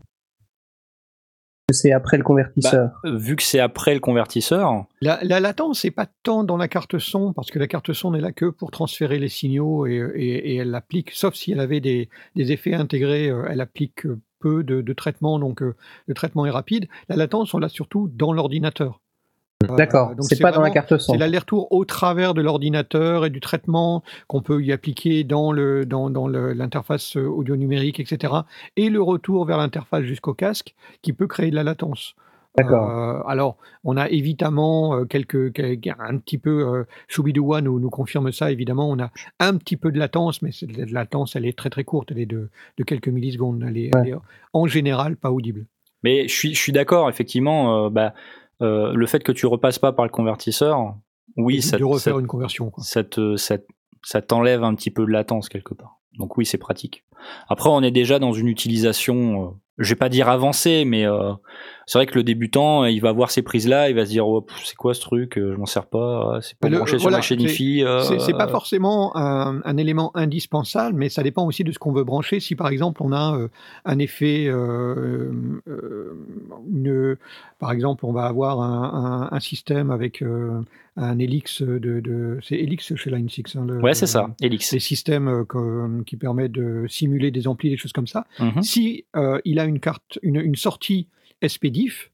Que c'est après le convertisseur. Vu que c'est après le convertisseur, La latence, c'est pas tant dans la carte son, parce que la carte son n'est là que pour transférer les signaux et elle applique, sauf si elle avait des effets intégrés, elle applique peu de traitement, donc le traitement est rapide. La latence, on l'a surtout dans l'ordinateur. D'accord, Donc c'est pas dans la vraiment, carte son. c'est l'aller-retour au travers de l'ordinateur et du traitement qu'on peut y appliquer dans l'interface audio numérique, etc. Et le retour vers l'interface jusqu'au casque qui peut créer de la latence. D'accord. Alors, on a évidemment un petit peu, Shubidua nous confirme ça, évidemment, on a un petit peu de latence, mais cette latence, elle est très très courte, elle est de quelques millisecondes, elle est en général pas audible. mais je suis d'accord, effectivement, le fait que tu repasses pas par le convertisseur, oui, De refaire une conversion, quoi. ça t'enlève un petit peu de latence quelque part. Donc oui, c'est pratique. Après, on est déjà dans une utilisation, je vais pas dire avancée, mais c'est vrai que le débutant, il va voir ces prises-là, il va se dire, oh, c'est quoi ce truc, je m'en sers pas, c'est pas branché sur ma chaîne hi-fi. C'est pas forcément un élément indispensable, mais ça dépend aussi de ce qu'on veut brancher. Si par exemple on a un effet, par exemple on va avoir un système avec un Helix c'est Helix chez Line 6, hein, Ouais, c'est ça, Helix. les systèmes qui permettent de simuler des amplis, des choses comme ça. Mhm. Si il a une sortie SPDIF,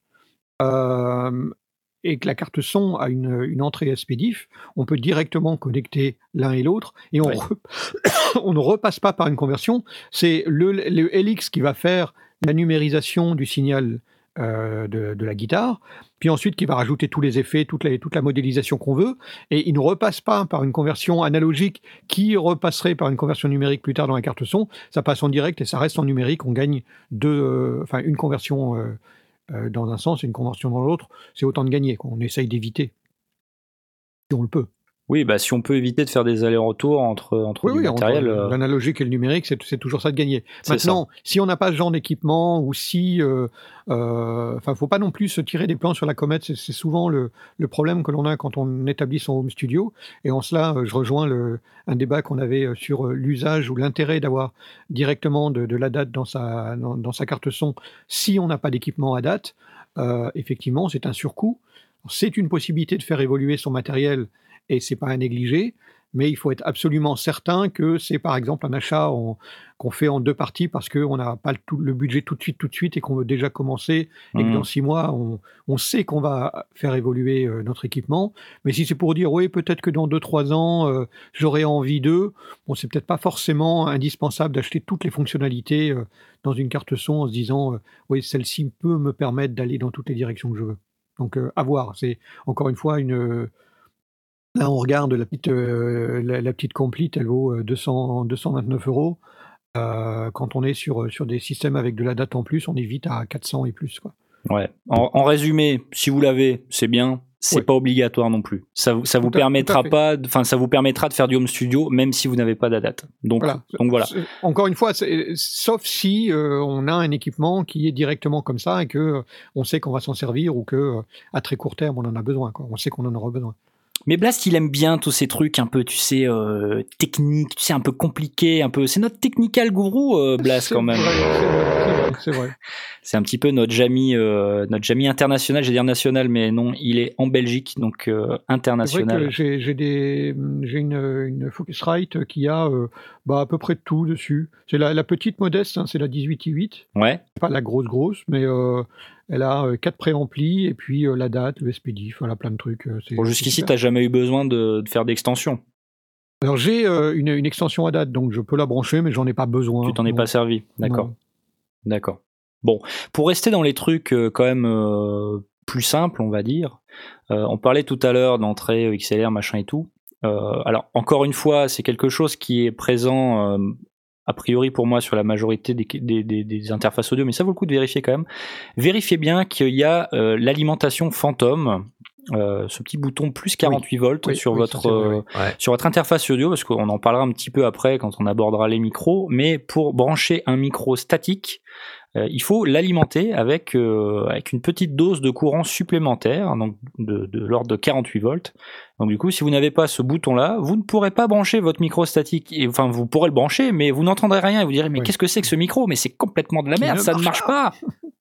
et que la carte son a une entrée SPDIF, on peut directement connecter l'un et l'autre, et on ne repasse pas par une conversion. C'est le Helix qui va faire la numérisation du signal de la guitare, puis ensuite qui va rajouter tous les effets, toute la modélisation qu'on veut, et il ne repasse pas par une conversion analogique qui repasserait par une conversion numérique plus tard dans la carte son. Ça passe en direct et ça reste en numérique. On gagne une conversion dans un sens et une conversion dans l'autre, c'est autant de gagner, quoi. On essaye d'éviter, si on le peut. Oui, si on peut éviter de faire des allers-rurs entre du matériel. Entre l'analogique et le numérique, c'est toujours ça de gagner. Maintenant, si on n'a pas ce genre d'équipement, ou si, faut pas non plus se tirer des plans sur la comète. C'est souvent le problème que l'on a quand on établit son home studio. Et en cela, je rejoins un débat qu'on avait sur l'usage ou l'intérêt d'avoir directement de l'ADAT dans sa carte son si on n'a pas d'équipement ADAT. Effectivement, c'est un surcoût. C'est une possibilité de faire évoluer son matériel et c'est pas à négliger, mais il faut être absolument certain que c'est par exemple un achat qu'on fait en 2 parties parce qu'on n'a pas le budget tout de suite et qu'on veut déjà commencer et que dans 6 mois, on sait qu'on va faire évoluer notre équipement. Mais si c'est pour dire, oui, peut-être que dans 2-3 ans, j'aurai envie d'eux, bon, c'est peut-être pas forcément indispensable d'acheter toutes les fonctionnalités dans une carte son en se disant, oui, celle-ci peut me permettre d'aller dans toutes les directions que je veux. Donc, à voir. C'est encore une fois Là, on regarde la petite complete, elle vaut 229 €. Quand on est sur des systèmes avec de la date en plus, on est vite à 400 et plus, quoi. Ouais. En résumé, si vous l'avez, c'est bien. C'est Ouais. pas obligatoire non plus. Ça vous Tout à permettra fait. pas, enfin ça vous permettra de faire du home studio même si vous n'avez pas d'ADAT. Donc voilà. Encore une fois, sauf si on a un équipement qui est directement comme ça et que on sait qu'on va s'en servir ou que à très court terme on en a besoin, quoi. On sait qu'on en aura besoin. Mais Blast, il aime bien tous ces trucs un peu, tu sais, techniques, tu sais, un peu compliqués, un peu. C'est notre technical gourou, Blast, quand même. C'est vrai. C'est un petit peu notre Jamie international, j'allais dire national, mais non, il est en Belgique, donc international. C'est vrai que j'ai une Focusrite qui a à peu près tout dessus. C'est la petite modeste, hein, c'est la 18i8. Ouais. Pas la grosse, mais elle a 4 préamplis et puis la date, le SPD, voilà, plein de trucs. Bon, jusqu'ici, t'as jamais eu besoin de faire d'extension. Alors j'ai une extension à date, donc je peux la brancher, mais j'en ai pas besoin. Tu t'en es pas servi, d'accord. Non. D'accord. Bon, pour rester dans les trucs quand même plus simples, on va dire, on parlait tout à l'heure d'entrée XLR, machin et tout. Alors, encore une fois, c'est quelque chose qui est présent a priori pour moi sur la majorité des interfaces audio, mais ça vaut le coup de vérifier quand même. Vérifiez bien qu'il y a l'alimentation Phantom, ce petit bouton plus 48 volts sur votre interface audio, parce qu'on en parlera un petit peu après quand on abordera les micros, mais pour brancher un micro statique, il faut l'alimenter avec une petite dose de courant supplémentaire, donc de l'ordre de 48 volts. Donc du coup, si vous n'avez pas ce bouton-là, vous ne pourrez pas brancher votre micro statique. Enfin, vous pourrez le brancher, mais vous n'entendrez rien et vous direz mais qu'est-ce que c'est que ce micro ? Mais c'est complètement de la merde, ça ne marche pas.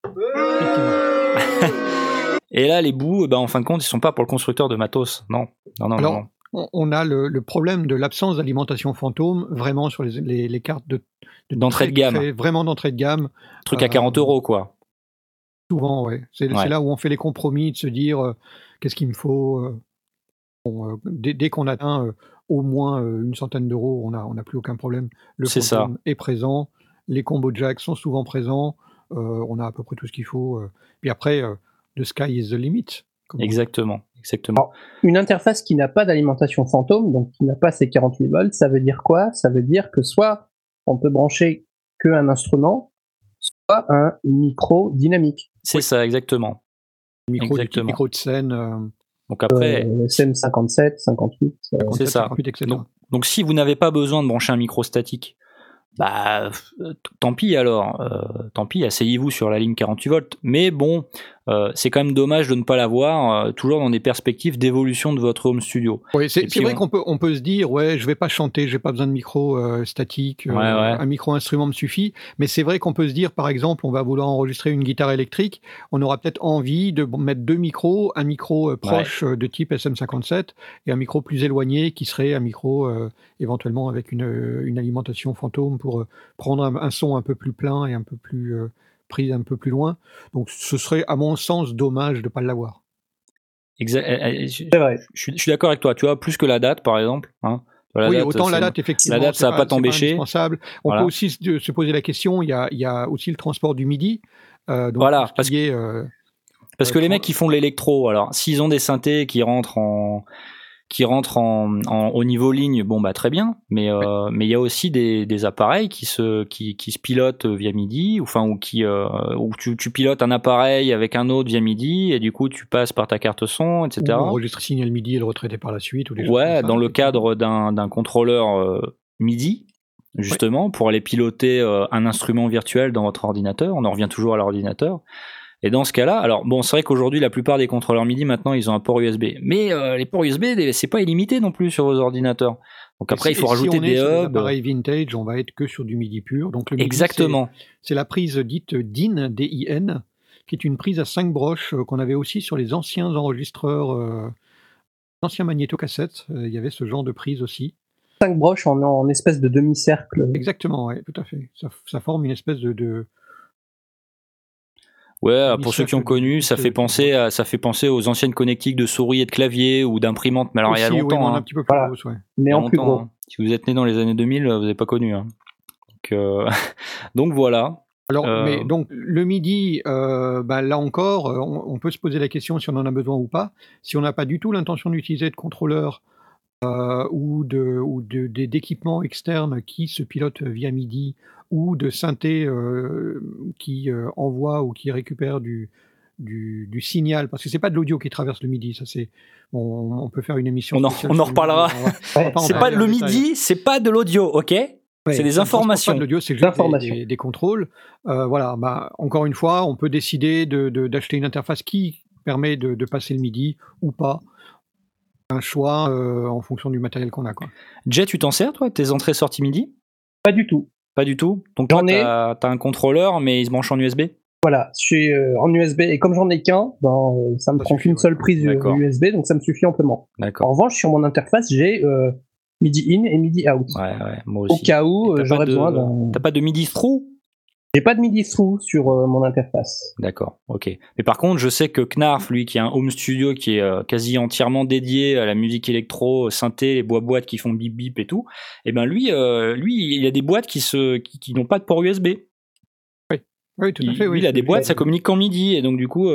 Et là, les bouts, en fin de compte, ils sont pas pour le constructeur de matos. Non. Alors, on a le problème de l'absence d'alimentation fantôme vraiment sur les cartes d'entrée de gamme. Vraiment d'entrée de gamme. Truc à 40 €, quoi. Souvent, ouais. C'est là où on fait les compromis de se dire qu'est-ce qu'il me faut. Dès qu'on atteint au moins une centaine d'euros, on n'a plus aucun problème. Le fantôme est présent. Les combos jack sont souvent présents. On a à peu près tout ce qu'il faut. Puis après, the sky is the limit. Exactement. Alors, une interface qui n'a pas d'alimentation fantôme, donc qui n'a pas ces 48 volts, ça veut dire quoi ? Ça veut dire que soit on peut brancher qu'un instrument, soit un micro dynamique. C'est ça, exactement. Micro de scène. Donc après, SM57, 58. C'est ça. 58, etc. Donc si vous n'avez pas besoin de brancher un micro statique, tant pis alors. Tant pis, asseyez-vous sur la ligne 48 volts. Mais bon, c'est quand même dommage de ne pas l'avoir toujours dans des perspectives d'évolution de votre home studio. Oui, c'est vrai qu'on peut se dire, je vais pas chanter, j'ai pas besoin de micro statique, un micro instrument me suffit. Mais c'est vrai qu'on peut se dire, par exemple, on va vouloir enregistrer une guitare électrique, on aura peut-être envie de mettre 2 micros, un micro proche de type SM57 et un micro plus éloigné qui serait un micro éventuellement avec une alimentation fantôme pour prendre un son un peu plus plein et un peu plus prise un peu plus loin. Donc ce serait à mon sens dommage de ne pas l'avoir. C'est vrai. Je suis d'accord avec toi, tu vois, plus que la date par exemple. Hein. La date, effectivement. La date, ça va pas t'embêcher. On peut aussi se poser la question, il y a aussi le transport du MIDI. Donc voilà, parce que les mecs qui font de l'électro, alors s'ils ont des synthés qui rentrent au niveau ligne, très bien, mais il y a aussi des appareils qui se pilotent via MIDI, où tu pilotes un appareil avec un autre via MIDI et du coup tu passes par ta carte son, etc. Ou enregistrer signal MIDI et le retraiter par la suite. Ou des dans le cadre d'un contrôleur MIDI, justement, pour aller piloter un instrument virtuel dans votre ordinateur. On en revient toujours à l'ordinateur. Et dans ce cas-là, alors c'est vrai qu'aujourd'hui la plupart des contrôleurs MIDI maintenant ils ont un port USB, mais les ports USB c'est pas illimité non plus sur vos ordinateurs. Donc après il faut rajouter des hubs. Sur appareils vintage, on va être que sur du MIDI pur. Donc le MIDI, exactement. C'est la prise dite DIN, D-I-N, qui est une prise à 5 broches qu'on avait aussi sur les anciens enregistreurs, anciens magnétocassettes. Il y avait ce genre de prise aussi. 5 broches en espèce de demi-cercle. Exactement, oui, tout à fait. Ça forme une espèce de Ouais, pour ceux qui ont connu, ça fait penser aux anciennes connectiques de souris et de clavier ou d'imprimantes. Mais alors aussi, il y a longtemps. Un petit peu plus grosse, mais en plus gros. Si vous êtes né dans les années 2000, vous n'avez pas connu. Hein. Donc voilà. Alors, mais donc le MIDI, là encore, on peut se poser la question si on en a besoin ou pas. Si on n'a pas du tout l'intention d'utiliser de contrôleur d'équipements externes qui se pilotent via MIDI, ou de synthés qui envoient ou qui récupèrent du signal, parce que c'est pas de l'audio qui traverse le MIDI, ça c'est on peut faire une émission spéciale On en sur le MIDI, reparlera. on va pas en C'est pas parler en le détail. MIDI, c'est pas de l'audio, ok? Ouais, C'est des ça ne transporte informations. pas de l'audio, c'est juste Informations. des contrôles. Voilà, encore une fois, on peut décider d'acheter une interface qui permet de passer le MIDI ou pas. Un choix en fonction du matériel qu'on a, quoi. Jay, tu t'en sers, toi, tes entrées-sorties MIDI? Pas du tout. Pas du tout. Donc J'en toi, ai. t'as un contrôleur, mais il se branche en USB? Voilà, je suis en USB et comme j'en ai qu'un, ça me Ça prend suffit, qu'une ouais. seule prise D'accord. USB, donc ça me suffit amplement. En D'accord. revanche, sur mon interface, j'ai MIDI in et MIDI out. Ouais, moi Au aussi. cas où Et t'as j'aurais pas de- besoin d'un. T'as pas de MIDI through? J'ai pas de MIDI through sur mon interface. D'accord, ok. Mais par contre, je sais que Knarf, lui, qui a un home studio qui est quasi entièrement dédié à la musique électro, synthé, les boîtes qui font bip bip et tout, et ben lui, il a des boîtes qui n'ont pas de port USB. Oui, tout à fait. Lui, il a des boîtes, ça communique qu'en MIDI, et donc du coup,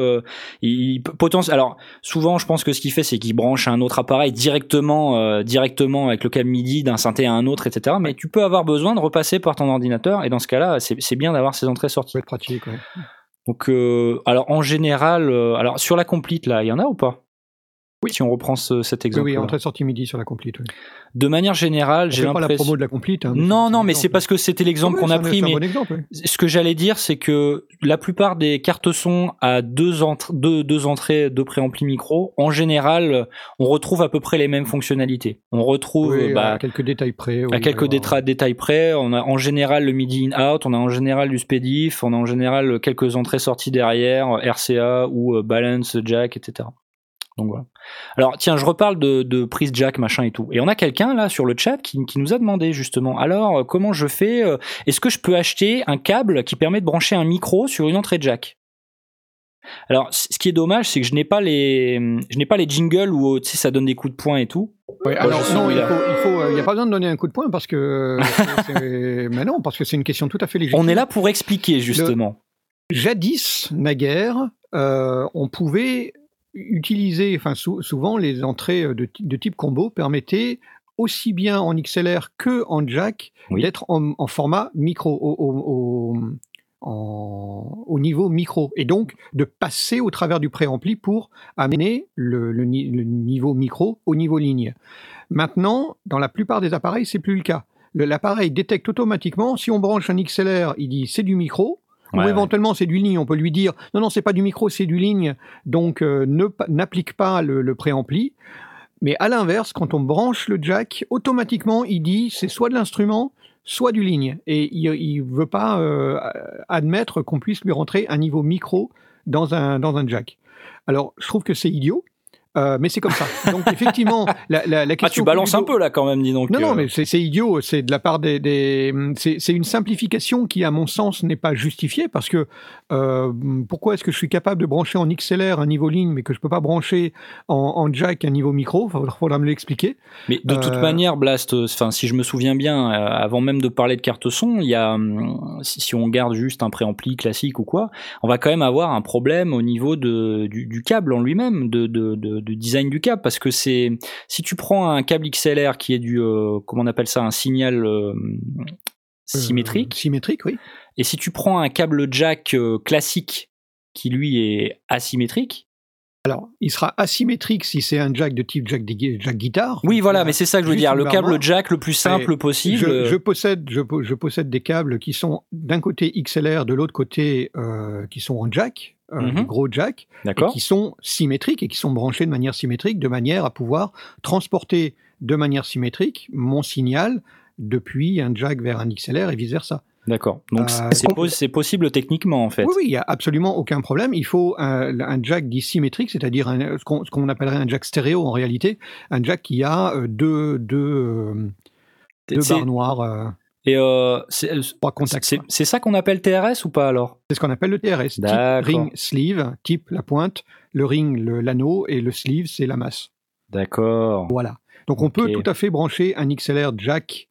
alors souvent, je pense que ce qu'il fait, c'est qu'il branche un autre appareil directement avec le câble MIDI d'un synthé à un autre, etc. Mais tu peux avoir besoin de repasser par ton ordinateur, et dans ce cas-là, c'est bien d'avoir ces entrées-sorties. Ça peut être pratique, ouais. Donc, alors en général, alors sur la complete là, il y en a ou pas? Oui. Si on reprend cet Oui, exemple. oui, entrée-sortie MIDI sur la complete. Oui. De manière générale, On j'ai fait pas la l'impression. promo de la complete. Hein, Non, mais c'est parce que c'était l'exemple qu'on a pris. C'est un Mais bon exemple, oui. ce que j'allais dire, c'est que la plupart des cartes son à deux entrées, deux préamplis micro, en général, on retrouve à peu près les mêmes fonctionnalités. On retrouve Oui, à quelques détails près. à quelques détails près. On a en général le MIDI in-out, on a en général du SPDIF, on a en général quelques entrées-sorties derrière, RCA ou balance, jack, etc. Donc voilà. Alors tiens, je reparle de prise jack, machin et tout. Et on a quelqu'un là sur le chat qui nous a demandé justement, alors comment je fais est-ce que je peux acheter un câble qui permet de brancher un micro sur une entrée jack? Alors ce qui est dommage, c'est que je n'ai pas les jingles où tu sais ça donne des coups de poing et tout. Ouais, alors je suis non, il là. n'y a pas besoin de donner un coup de poing parce que mais non, parce que c'est une question tout à fait légitime. On est là pour expliquer justement. Jadis, naguère, on pouvait utiliser, souvent les entrées de type combo permettaient aussi bien en XLR que en jack d'être en format micro, au niveau micro, et donc de passer au travers du préampli pour amener le niveau micro au niveau ligne. Maintenant, dans la plupart des appareils, c'est plus le cas. L'appareil détecte automatiquement, si on branche un XLR, il dit c'est du micro, ou éventuellement c'est du ligne, on peut lui dire non, c'est pas du micro, c'est du ligne, donc n'applique pas le préampli. Mais à l'inverse, quand on branche le jack, automatiquement il dit c'est soit de l'instrument, soit du ligne, et il veut pas admettre qu'on puisse lui rentrer un niveau micro dans un jack. Alors je trouve que c'est idiot. Mais c'est comme ça. Donc effectivement, la question. Tu balances un peu là quand même, dis donc. Non, mais c'est idiot. C'est de la part c'est une simplification qui, à mon sens, n'est pas justifiée, parce que pourquoi est-ce que je suis capable de brancher en XLR un niveau ligne, mais que je peux pas brancher en jack un niveau micro? Faudra me l'expliquer. Mais de toute manière, Blast, si je me souviens bien, avant même de parler de carte son, il y a, si on garde juste un préampli classique ou quoi, on va quand même avoir un problème au niveau du câble en lui-même, de design du câble, parce que si tu prends un câble XLR qui est comment on appelle ça, un signal symétrique. Symétrique, oui. Et si tu prends un câble jack classique qui lui est asymétrique. Alors, il sera asymétrique si c'est un jack de type jack guitare. Oui, voilà, mais c'est ça que je veux dire. Le câble jack le plus simple possible. Je possède des câbles qui sont d'un côté XLR, de l'autre côté qui sont en jack, des gros jack, et qui sont symétriques et qui sont branchés de manière symétrique, de manière à pouvoir transporter de manière symétrique mon signal depuis un jack vers un XLR et vice-versa. D'accord. Donc c'est possible techniquement en fait. Oui, il n'y a absolument aucun problème. Il faut un jack dit symétrique, c'est-à-dire ce qu'on appellerait un jack stéréo en réalité, un jack qui a deux barres noires. Et c'est ça qu'on appelle TRS ou pas alors? C'est ce qu'on appelle le TRS. Type ring sleeve, type la pointe, le ring l'anneau, et le sleeve c'est la masse. D'accord. Voilà. Donc on peut tout à fait brancher un XLR jack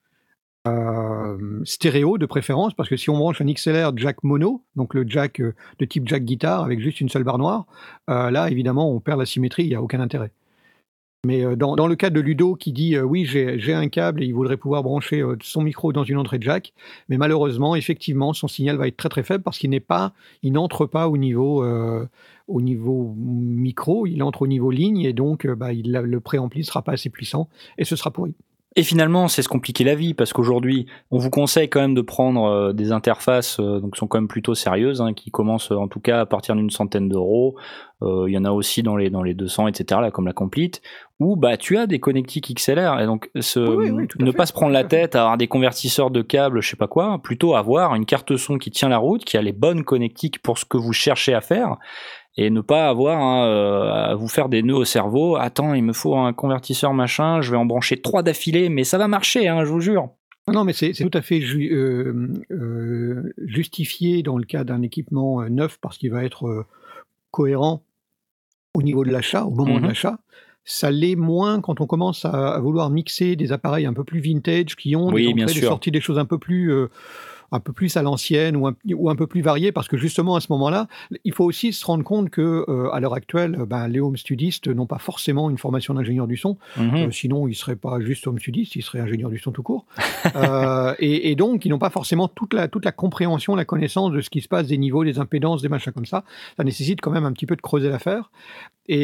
stéréo de préférence, parce que si on branche un XLR jack mono, donc le jack de type jack guitare avec juste une seule barre noire, là évidemment on perd la symétrie, il n'y a aucun intérêt. Mais dans le cas de Ludo qui dit oui, j'ai un câble et il voudrait pouvoir brancher son micro dans une entrée jack, mais malheureusement, effectivement, son signal va être très très faible parce qu'il n'entre pas au niveau micro, il entre au niveau ligne et donc le préampli ne sera pas assez puissant et ce sera pourri. Et finalement, c'est se compliquer la vie parce qu'aujourd'hui, on vous conseille quand même de prendre des interfaces donc qui sont quand même plutôt sérieuses, qui commencent en tout cas à partir d'une centaine d'euros. Il y en a aussi dans les 200, etc. là, comme la Complete, où tu as des connectiques XLR et donc ne pas se prendre la tête à avoir des convertisseurs de câbles, je sais pas quoi, plutôt avoir une carte son qui tient la route, qui a les bonnes connectiques pour ce que vous cherchez à faire. Et ne pas avoir à vous faire des nœuds au cerveau. Attends, il me faut un convertisseur machin, je vais en brancher 3 d'affilée, mais ça va marcher, je vous jure. Non, mais c'est tout à fait justifié dans le cas d'un équipement neuf parce qu'il va être cohérent au niveau de l'achat, au moment de l'achat. Ça l'est moins quand on commence à vouloir mixer des appareils un peu plus vintage qui ont des entrées, des sorties, des choses un peu plus à l'ancienne ou un peu plus variées, parce que justement à ce moment-là, il faut aussi se rendre compte que à l'heure actuelle, les home studistes n'ont pas forcément une formation d'ingénieur du son, sinon ils seraient pas juste home studistes, ils seraient ingénieurs du son tout court, et donc ils n'ont pas forcément toute la compréhension, la connaissance de ce qui se passe, des niveaux, des impédances, des machins comme ça. Ça nécessite quand même un petit peu de creuser l'affaire. Et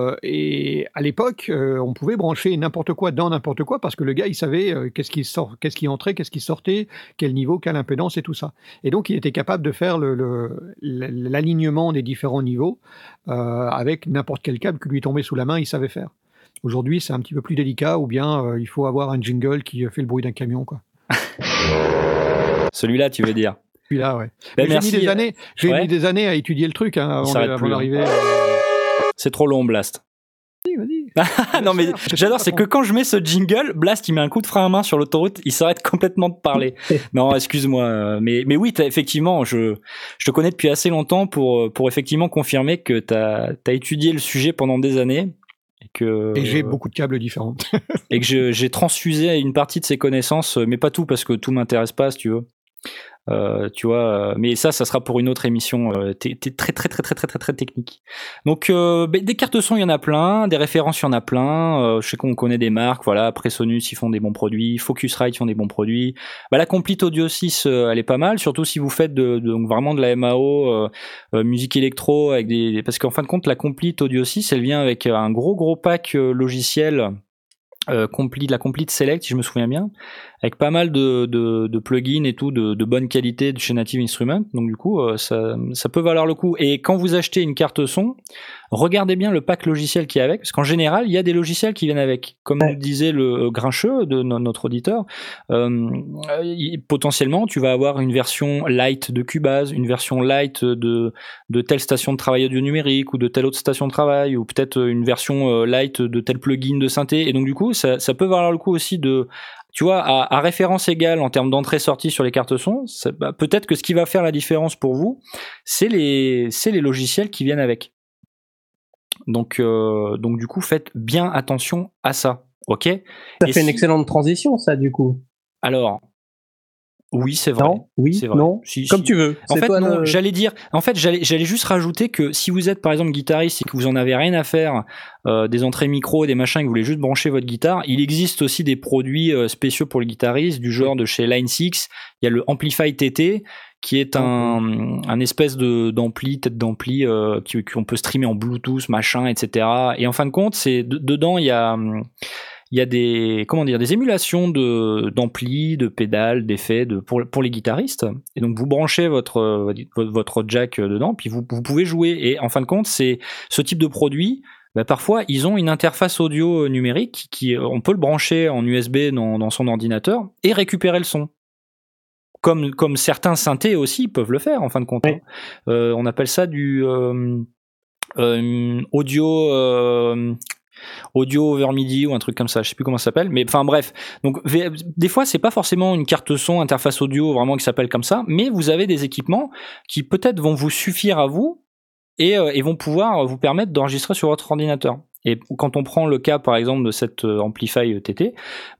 à l'époque, on pouvait brancher n'importe quoi dans n'importe quoi parce que le gars, il savait qu'est-ce qui entrait, qu'est-ce qui sortait, quel niveau, quelle impédance et tout ça. Et donc, il était capable de faire l'alignement des différents niveaux avec n'importe quel câble qui lui tombait sous la main, il savait faire. Aujourd'hui, c'est un petit peu plus délicat, ou bien il faut avoir un jingle qui fait le bruit d'un camion, quoi. Celui-là, tu veux dire? Celui-là, ouais. Merci. J'ai mis des années à étudier le truc avant d'arriver. C'est trop long, Blast. Vas-y. Non, mais j'adore, c'est que quand je mets ce jingle, Blast, il met un coup de frein à main sur l'autoroute, il s'arrête complètement de parler. Non, excuse-moi. Mais oui, effectivement, je te connais depuis assez longtemps pour effectivement confirmer que t'as étudié le sujet pendant des années. Et j'ai beaucoup de câbles différents. Et que j'ai transfusé une partie de ces connaissances, mais pas tout, parce que tout m'intéresse pas, si tu veux. Tu vois, mais ça sera pour une autre émission très technique. Donc des cartes son, il y en a plein, des références, il y en a plein. Je sais qu'on connaît des marques, voilà, Presonus, ils font des bons produits, Focusrite, ils font des bons produits. La Complete Audio 6, elle est pas mal, surtout si vous faites donc vraiment de la MAO, musique électro, avec parce qu'en fin de compte, la Complete Audio 6, elle vient avec un gros pack logiciel. La Complete Select, si je me souviens bien, avec pas mal de plugins et tout de bonne qualité de chez Native Instruments. Donc du coup, ça peut valoir le coup. Et quand vous achetez une carte son, regardez bien le pack logiciel qui est avec, parce qu'en général, il y a des logiciels qui viennent avec. Comme nous disait le Grincheux de notre auditeur, potentiellement, tu vas avoir une version light de Cubase, une version light de telle station de travail audio numérique ou de telle autre station de travail, ou peut-être une version light de tel plugin de synthé. Et donc du coup, ça peut valoir le coup aussi de... Tu vois, à référence égale en termes d'entrée-sortie sur les cartes son, peut-être que ce qui va faire la différence pour vous, c'est les logiciels qui viennent avec. Donc du coup, faites bien attention à ça, ok ? Ça fait une excellente transition, ça, du coup. Alors, oui, c'est vrai. Non, oui, c'est vrai. non, comme tu veux. En fait, non, j'allais juste rajouter que si vous êtes par exemple guitariste et que vous en avez rien à faire des entrées micro, des machins, que vous voulez juste brancher votre guitare, il existe aussi des produits spéciaux pour les guitaristes, du genre de chez Line 6, il y a le Amplify TT, qui est un espèce d'ampli, tête d'ampli, qu'on peut streamer en Bluetooth, machin, etc. Et en fin de compte, dedans, il y a des émulations d'ampli, de pédales, d'effets pour les guitaristes. Et donc, vous branchez votre jack dedans, puis vous pouvez jouer. Et en fin de compte, c'est ce type de produit. Parfois, ils ont une interface audio numérique on peut le brancher en USB dans son ordinateur et récupérer le son. Comme certains synthés aussi peuvent le faire en fin de compte. Oui. On appelle ça du audio over MIDI ou un truc comme ça, je sais plus comment ça s'appelle, mais enfin bref. Donc des fois c'est pas forcément une carte son interface audio vraiment qui s'appelle comme ça, mais vous avez des équipements qui peut-être vont vous suffire à vous et vont pouvoir vous permettre d'enregistrer sur votre ordinateur. Et quand on prend le cas par exemple de cette Amplify TT,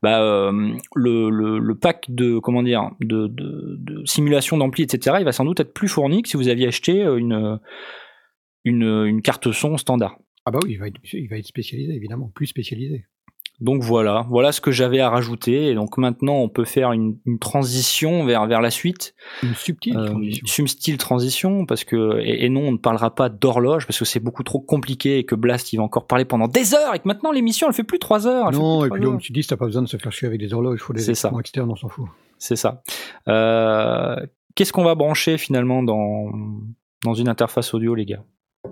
le pack de simulation d'ampli, etc., il va sans doute être plus fourni que si vous aviez acheté une carte son standard. Ah bah oui, il va être spécialisé, évidemment, plus spécialisé. Donc voilà ce que j'avais à rajouter. Et donc maintenant, on peut faire une transition vers la suite. Une subtile transition. Subtile transition, parce que et non, on ne parlera pas d'horloge parce que c'est beaucoup trop compliqué et que Blast il va encore parler pendant des heures et que maintenant l'émission elle fait plus 3 heures. Non, et puis l'homme, tu dis, t'as pas besoin de se faire chier avec des horloges, il faut des C'est ça. équipements externes, on s'en fout. C'est ça. Qu'est-ce qu'on va brancher finalement dans une interface audio, les gars?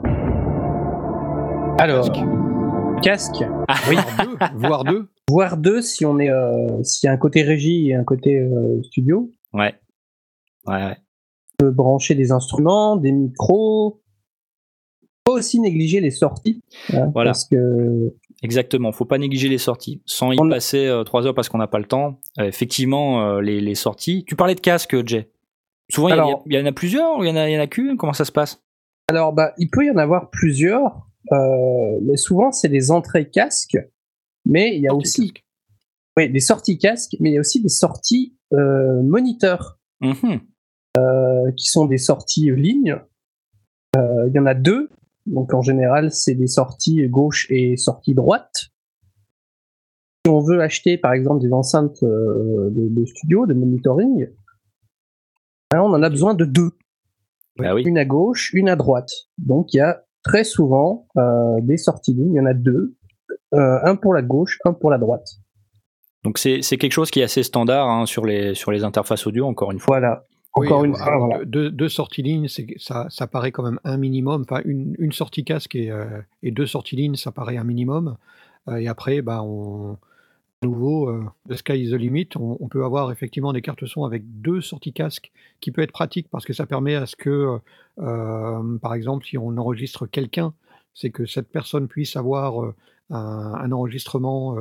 Alors, casque. Oui, voire deux. Voire deux si on est, s'il y a un côté régie et un côté studio. Ouais. On peut brancher des instruments, des micros. Faut aussi négliger les sorties. Hein, voilà. Parce que... Exactement. Faut pas négliger les sorties. Sans y passer 3 heures parce qu'on n'a pas le temps. Effectivement, les sorties. Tu parlais de casque, Jay. Souvent, il y en a plusieurs ou il y en a qu'une? Comment ça se passe? Alors, il peut y en avoir plusieurs. Mais souvent, c'est des entrées casque. Mais il y a aussi des sorties casque, mais il y a aussi des sorties moniteurs. Qui sont des sorties ligne. Il y en a deux. Donc en général, c'est des sorties gauche et sorties droite. Si on veut acheter par exemple des enceintes de studio, de monitoring, on en a besoin de deux. Bah oui. Une à gauche, une à droite. Donc il y a très souvent des sorties ligne, il y en a deux. Un pour la gauche, un pour la droite. Donc c'est quelque chose qui est assez standard sur les interfaces audio, encore une fois. Voilà. Encore une fois, voilà. Deux sorties lignes, ça paraît quand même un minimum. Enfin, une sortie casque et deux sorties lignes, ça paraît un minimum. Et après, nouveau, the sky is the limit. On peut avoir effectivement des cartes son avec deux sorties casque, qui peut être pratique parce que ça permet à ce que, par exemple, si on enregistre quelqu'un, c'est que cette personne puisse avoir un enregistrement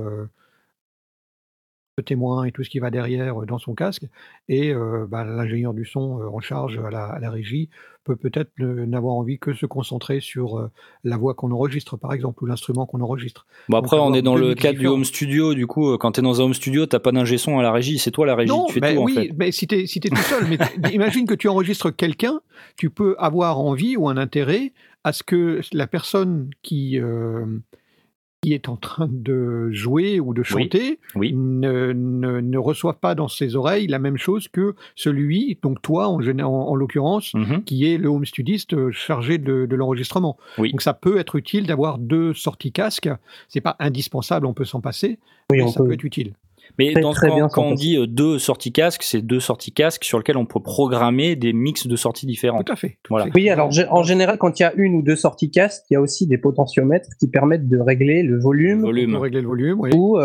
de témoins et tout ce qui va derrière dans son casque, et l'ingénieur du son en charge à la régie peut-être n'avoir envie que se concentrer sur la voix qu'on enregistre, par exemple, ou l'instrument qu'on enregistre. Bon, après, on est dans le cadre du home studio, du coup, quand tu es dans un home studio, t'as pas d'ingé son à la régie, c'est toi la régie, tu fais tout en fait. Mais si t'es tout seul, mais imagine que tu enregistres quelqu'un, tu peux avoir envie ou un intérêt à ce que la personne qui est en train de jouer ou de chanter ne reçoive pas dans ses oreilles la même chose que celui, donc toi en l'occurrence, qui est le home studiste chargé de l'enregistrement. Donc ça peut être utile d'avoir deux sorties casque. C'est pas indispensable, on peut s'en passer, mais ça peut être utile. Mais quand on dit deux sorties casque, c'est deux sorties casque sur lesquelles on peut programmer des mix de sorties différentes. Tout à fait. Voilà. Oui, alors en général, quand il y a une ou deux sorties casque, il y a aussi des potentiomètres qui permettent de régler le volume. On peut régler le volume, oui. Ou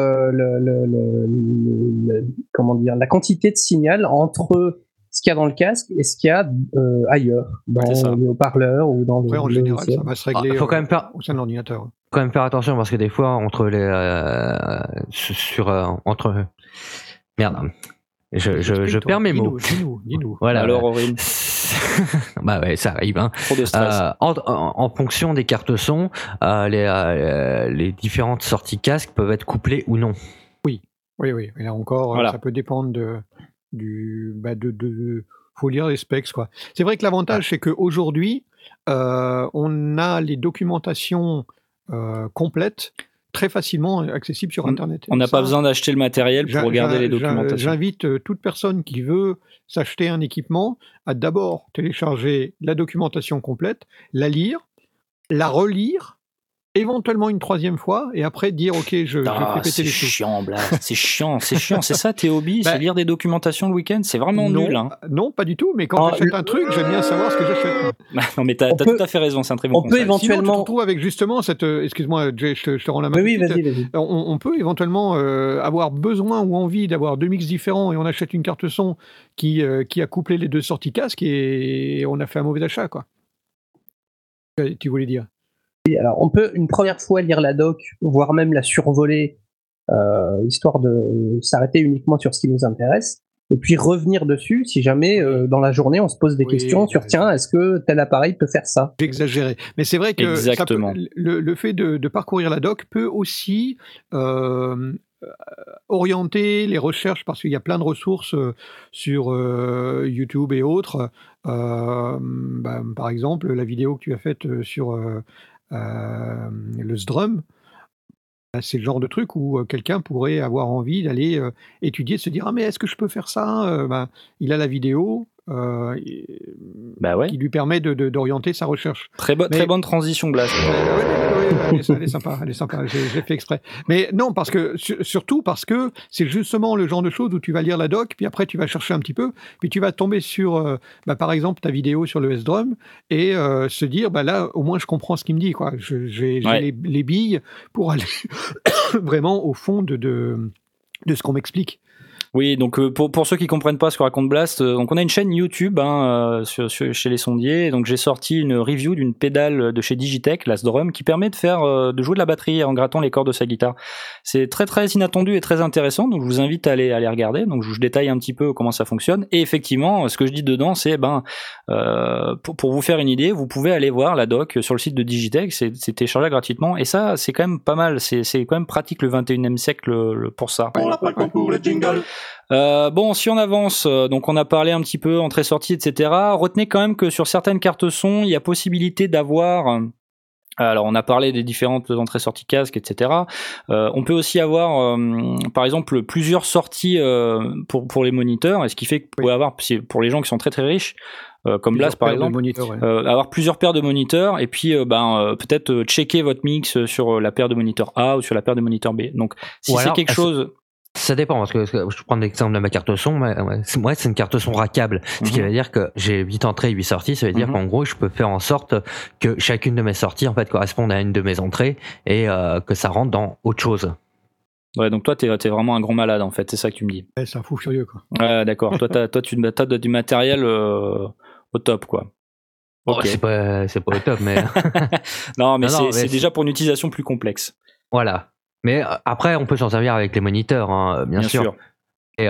comment dire, la quantité de signal entre ce qu'il y a dans le casque et ce qu'il y a ailleurs, dans les haut-parleurs ou dans en général, ça va se régler faut quand même au sein de l'ordinateur. Faut quand même faire attention parce que des fois entre merde, je perds mes mots. Dis-nous. Voilà. Alors Aurélien. Bah ouais, ça arrive. Trop de stress. En fonction des cartes son, les différentes sorties casque peuvent être couplées ou non. Oui. Et là encore, ça peut dépendre faut lire les specs, quoi. C'est vrai que l'avantage, c'est qu'aujourd'hui, on a les documentations complètes très facilement accessibles sur Internet. On n'a pas besoin d'acheter le matériel pour regarder les documentations. J'invite toute personne qui veut s'acheter un équipement à d'abord télécharger la documentation complète, la lire, la relire, éventuellement une troisième fois, et après dire ok, je fais péter les sous. C'est chiant, c'est ça tes hobbies, c'est lire des documentations le week-end, c'est vraiment nul. Non, pas du tout, mais quand j'achète un truc, j'aime bien savoir ce que j'achète. Non, mais t'as tout à fait raison, c'est un très bon conseil. On peut éventuellement... Sinon, tu te retrouves avec justement cette... excuse-moi, Jay, je te rends la main. Oui, vas-y. On peut éventuellement avoir besoin ou envie d'avoir deux mix différents, et on achète une carte son qui a couplé les deux sorties casque, et on a fait un mauvais achat, quoi. Tu voulais dire? Alors, on peut une première fois lire la doc, voire même la survoler, histoire de s'arrêter uniquement sur ce qui nous intéresse, et puis revenir dessus si jamais dans la journée on se pose des questions sur tiens, est-ce que tel appareil peut faire ça? J'exagérais, mais c'est vrai que le fait de parcourir la doc peut aussi orienter les recherches, parce qu'il y a plein de ressources sur YouTube et autres. Par exemple, la vidéo que tu as faite sur le SDRUM, c'est le genre de truc où quelqu'un pourrait avoir envie d'aller étudier, de se dire « Ah mais est-ce que je peux faire ça ?» Il a la vidéo qui lui permet d'orienter sa recherche. Très bonne transition, Blast. Elle est sympa, j'ai fait exprès. Mais non, parce que surtout parce que c'est justement le genre de choses où tu vas lire la doc, puis après tu vas chercher un petit peu, puis tu vas tomber sur, par exemple, ta vidéo sur le SDRUM et se dire, là, au moins je comprends ce qu'il me dit, quoi. J'ai les billes pour aller vraiment au fond de ce qu'on m'explique. Oui, donc pour ceux qui comprennent pas ce que raconte Blast, donc on a une chaîne YouTube chez les sondiers, donc j'ai sorti une review d'une pédale de chez Digitech, la SDRUM, qui permet de jouer de la batterie en grattant les cordes de sa guitare. C'est très très inattendu et très intéressant, donc je vous invite à aller regarder. Donc je détaille un petit peu comment ça fonctionne. Et effectivement, ce que je dis dedans, c'est pour vous faire une idée, vous pouvez aller voir la doc sur le site de Digitech, c'est téléchargeable gratuitement, et ça c'est quand même pas mal, c'est quand même pratique le 21e siècle pour ça. Si on avance, donc on a parlé un petit peu entrée-sortie, etc. Retenez quand même que sur certaines cartes son, il y a possibilité d'avoir... Alors on a parlé des différentes entrées-sorties casques, etc. On peut aussi avoir, par exemple, plusieurs sorties pour les moniteurs, et ce qui fait que vous pouvez avoir, pour les gens qui sont très très riches, comme Blast par exemple, avoir plusieurs paires de moniteurs, et puis peut-être checker votre mix sur la paire de moniteurs A ou sur la paire de moniteurs B. Donc si c'est quelque chose... Ça dépend, parce que je prends l'exemple de ma carte son. Moi, c'est une carte son rackable, ce qui veut dire que j'ai 8 entrées, 8 sorties. Ça veut dire qu'en gros, je peux faire en sorte que chacune de mes sorties en fait corresponde à une de mes entrées et que ça rentre dans autre chose. Ouais, donc toi, t'es vraiment un grand malade en fait, c'est ça que tu me dis. Ouais, c'est un fou furieux, quoi. Ouais, d'accord. toi, tu as du matériel au top, quoi. Okay. C'est pas au top, mais non, mais c'est déjà pour une utilisation plus complexe. Voilà. Mais après, on peut s'en servir avec les moniteurs, bien sûr. Et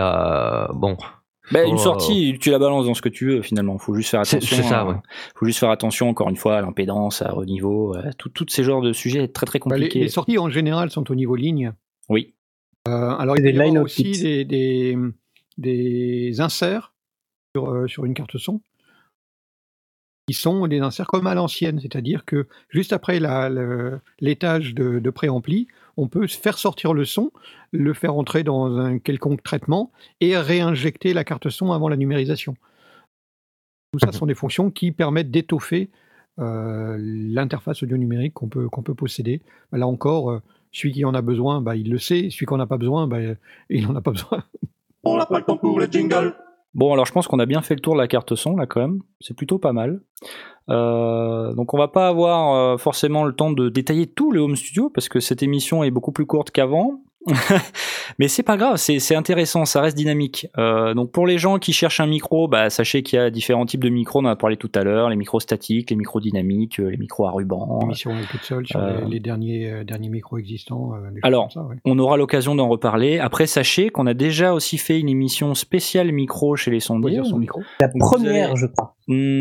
une sortie, tu la balances dans ce que tu veux, finalement. Faut juste faire attention. C'est ça, ouais. Faut juste faire attention, encore une fois, à l'impédance, à haut niveau, tous ces genres de sujets très très compliqués. Les sorties en général sont au niveau ligne. Oui. Alors il y a aussi des inserts sur une carte son. Qui sont des inserts comme à l'ancienne, c'est-à-dire que juste après l'étage de préampli, on peut faire sortir le son, le faire entrer dans un quelconque traitement et réinjecter la carte son avant la numérisation. Tout ça sont des fonctions qui permettent d'étoffer l'interface audio numérique qu'on peut posséder. Là encore, celui qui en a besoin, il le sait, celui qui n'en a pas besoin, il n'en a pas besoin. On n'a pas le temps pour les jingles. Bon, alors je pense qu'on a bien fait le tour de la carte son là quand même, c'est plutôt pas mal. Donc on va pas avoir forcément le temps de détailler tout le home studio parce que cette émission est beaucoup plus courte qu'avant. Mais c'est pas grave, c'est intéressant, ça reste dynamique. Donc pour les gens qui cherchent un micro, sachez qu'il y a différents types de micros, on en a parlé tout à l'heure, les micros statiques, les micros dynamiques, les micros à ruban. L'émission est toute seule sur les derniers micros existants. Alors, on aura l'occasion d'en reparler. Après, sachez qu'on a déjà aussi fait une émission spéciale micro chez les sondiers. La première, je crois.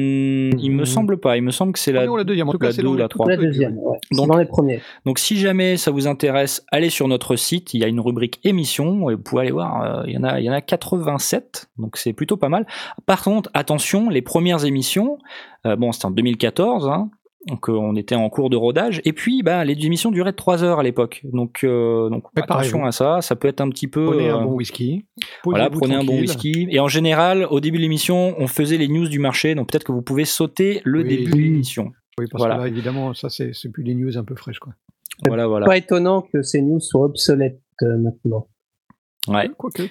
Il me semble pas, il me semble que c'est la deuxième, en tout cas c'est la 3. La deuxième, donc, dans les premiers. Donc si jamais ça vous intéresse, allez sur notre site, il y a une rubrique émission et vous pouvez aller voir, il y en a 87, donc c'est plutôt pas mal. Par contre, attention, les premières émissions, c'était en 2014, donc on était en cours de rodage, et puis les émissions duraient 3 heures à l'époque, donc attention à ça peut être un petit peu... Prenez un bon whisky. Prenez un bon whisky, et en général, au début de l'émission, on faisait les news du marché, donc peut-être que vous pouvez sauter le début de l'émission. Oui, parce que là, évidemment, ça c'est plus des news un peu fraîches, quoi. Voilà. Pas étonnant que ces news soient obsolètes maintenant. Ouais. Quoique.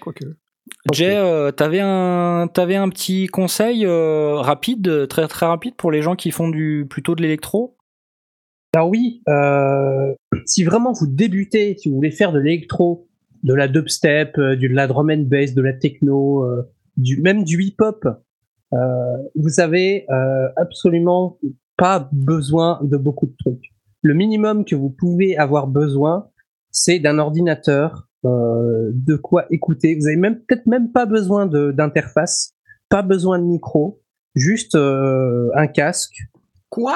Jay, t'avais un petit conseil rapide, très très rapide pour les gens qui font plutôt de l'électro? Alors oui, si vraiment vous débutez, si vous voulez faire de l'électro, de la dubstep, de la drum and bass, de la techno, même du hip-hop, vous avez absolument pas besoin de beaucoup de trucs. Le minimum que vous pouvez avoir besoin, c'est d'un ordinateur, de quoi écouter. Vous avez peut-être même pas besoin d'interface, pas besoin de micro, juste un casque. Quoi?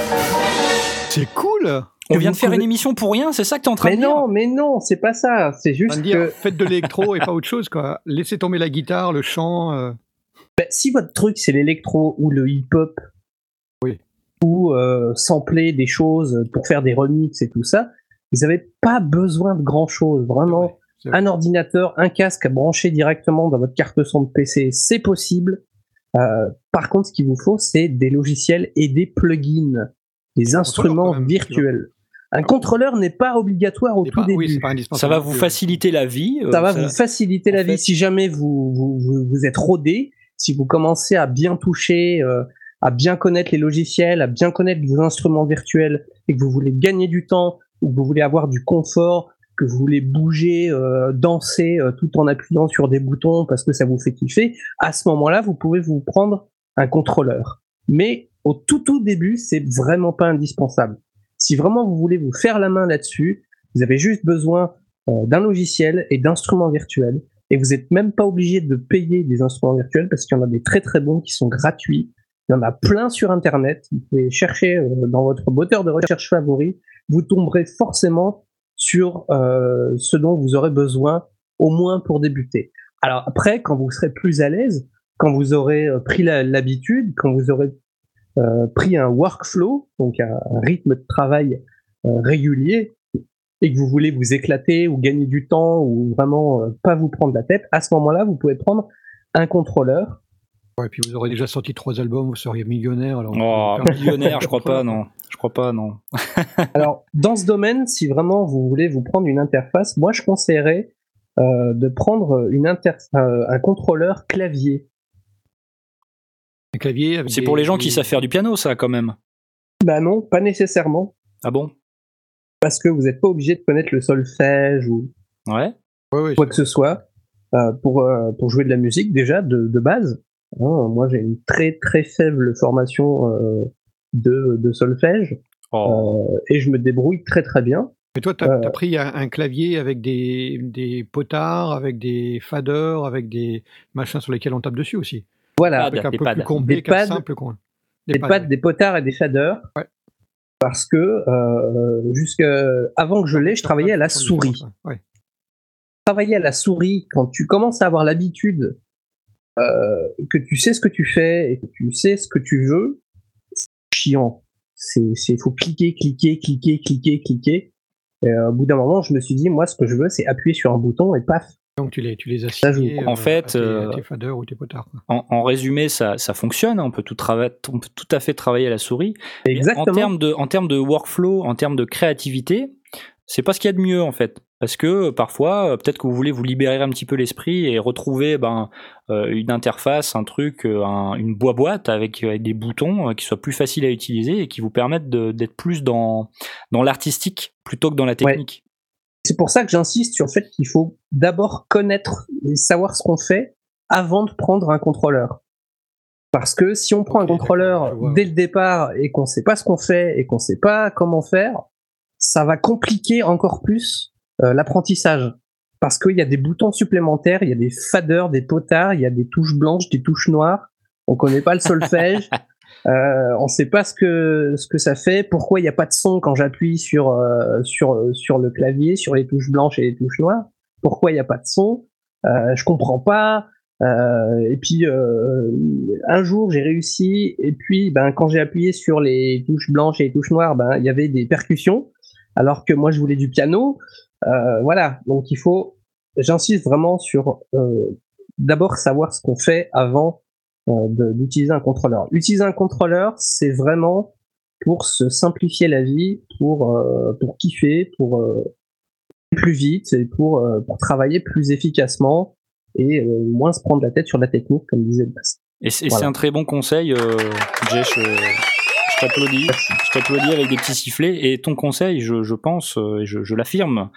C'est cool. On vient de faire une émission pour rien, c'est ça que t'es en train de dire? Mais non, c'est pas ça. C'est juste que... Faites de l'électro et pas autre chose, quoi. Laissez tomber la guitare, le chant. Si votre truc c'est l'électro ou le hip-hop, oui, ou sampler des choses pour faire des remixes et tout ça, vous n'avez pas besoin de grand-chose. Vraiment, C'est vrai. un ordinateur, un casque branché directement dans votre carte son de PC, c'est possible. Par contre, ce qu'il vous faut, c'est des logiciels et des plugins, des instruments quand même, virtuels. Un contrôleur n'est pas obligatoire au tout début. Oui, c'est pas indispensable. Ça va vous faciliter la vie. Ça va vous faciliter la en fait- vie si jamais vous êtes rodé, si vous commencez à bien toucher, à bien connaître les logiciels, à bien connaître vos instruments virtuels et que vous voulez gagner du temps ou que vous voulez avoir du confort, que vous voulez bouger, danser tout en appuyant sur des boutons parce que ça vous fait kiffer, à ce moment-là, vous pouvez vous prendre un contrôleur. Mais au tout début, c'est vraiment pas indispensable. Si vraiment vous voulez vous faire la main là-dessus, vous avez juste besoin d'un logiciel et d'instruments virtuels. Et vous n'êtes même pas obligé de payer des instruments virtuels parce qu'il y en a des très très bons qui sont gratuits. Il y en a plein sur Internet. Vous pouvez chercher dans votre moteur de recherche favori. Vous tomberez forcément sur ce dont vous aurez besoin, au moins pour débuter. Alors après, quand vous serez plus à l'aise, quand vous aurez pris l'habitude, quand vous aurez pris un workflow, donc un rythme de travail régulier, et que vous voulez vous éclater ou gagner du temps ou vraiment pas vous prendre la tête, à ce moment-là, vous pouvez prendre un contrôleur. Et puis vous aurez déjà sorti 3 albums, vous seriez millionnaire. Alors millionnaire, je crois pas, non. Je crois pas, non. Alors, dans ce domaine, si vraiment vous voulez vous prendre une interface, moi je conseillerais de prendre un contrôleur clavier. Un clavier avec C'est pour les gens qui savent faire du piano, ça, quand même. Bah non, pas nécessairement. Ah bon? Parce que vous n'êtes pas obligé de connaître le solfège ou Ouais. quoi que ce soit pour jouer de la musique déjà de base. Moi j'ai une très très faible formation de solfège et je me débrouille très très bien. Mais toi, t'as pris un clavier avec des potards, avec des faders, avec des machins sur lesquels on tape dessus aussi. Voilà, avec un des peu pads. plus complet qu'un simple coin. Des pads, des potards et des faders. Ouais. Parce que avant que je l'ai, je travaillais à la souris. Ouais. Travailler à la souris, quand tu commences à avoir l'habitude que tu sais ce que tu fais et que tu sais ce que tu veux, c'est chiant. Il faut cliquer. Et au bout d'un moment, je me suis dit, moi, ce que je veux, c'est appuyer sur un bouton et paf. Donc tu les as signés en fait, à tes faders ou tes potards. Quoi. En résumé, ça fonctionne. On peut tout à fait travailler à la souris. Exactement. En termes de workflow, en termes de créativité, c'est pas ce qu'il y a de mieux en fait. Parce que parfois, peut-être que vous voulez vous libérer un petit peu l'esprit et retrouver une interface, un truc, une boîte avec des boutons qui soient plus faciles à utiliser et qui vous permettent d'être plus dans l'artistique plutôt que dans la technique. Ouais. C'est pour ça que j'insiste sur le fait qu'il faut d'abord connaître et savoir ce qu'on fait avant de prendre un contrôleur. Parce que si on prend un contrôleur dès le départ et qu'on ne sait pas ce qu'on fait et qu'on ne sait pas comment faire, ça va compliquer encore plus l'apprentissage. Parce qu'il y a des boutons supplémentaires, il y a des faders, des potards, il y a des touches blanches, des touches noires. On ne connaît pas le solfège. On ne sait pas ce que ça fait, pourquoi il n'y a pas de son quand j'appuie sur le clavier, sur les touches blanches et les touches noires, pourquoi il n'y a pas de son, je comprends pas, et puis un jour j'ai réussi, et puis quand j'ai appuyé sur les touches blanches et les touches noires, il y avait des percussions, alors que moi je voulais du piano, voilà, donc j'insiste vraiment sur d'abord savoir ce qu'on fait avant d'utiliser un contrôleur. Utiliser un contrôleur, c'est vraiment pour se simplifier la vie, pour kiffer, pour plus vite et pour travailler plus efficacement et moins se prendre la tête sur la technique, comme disait le Bass. Et c'est un très bon conseil, Jay, je t'applaudis avec des petits sifflets. Et ton conseil, je pense, et je l'affirme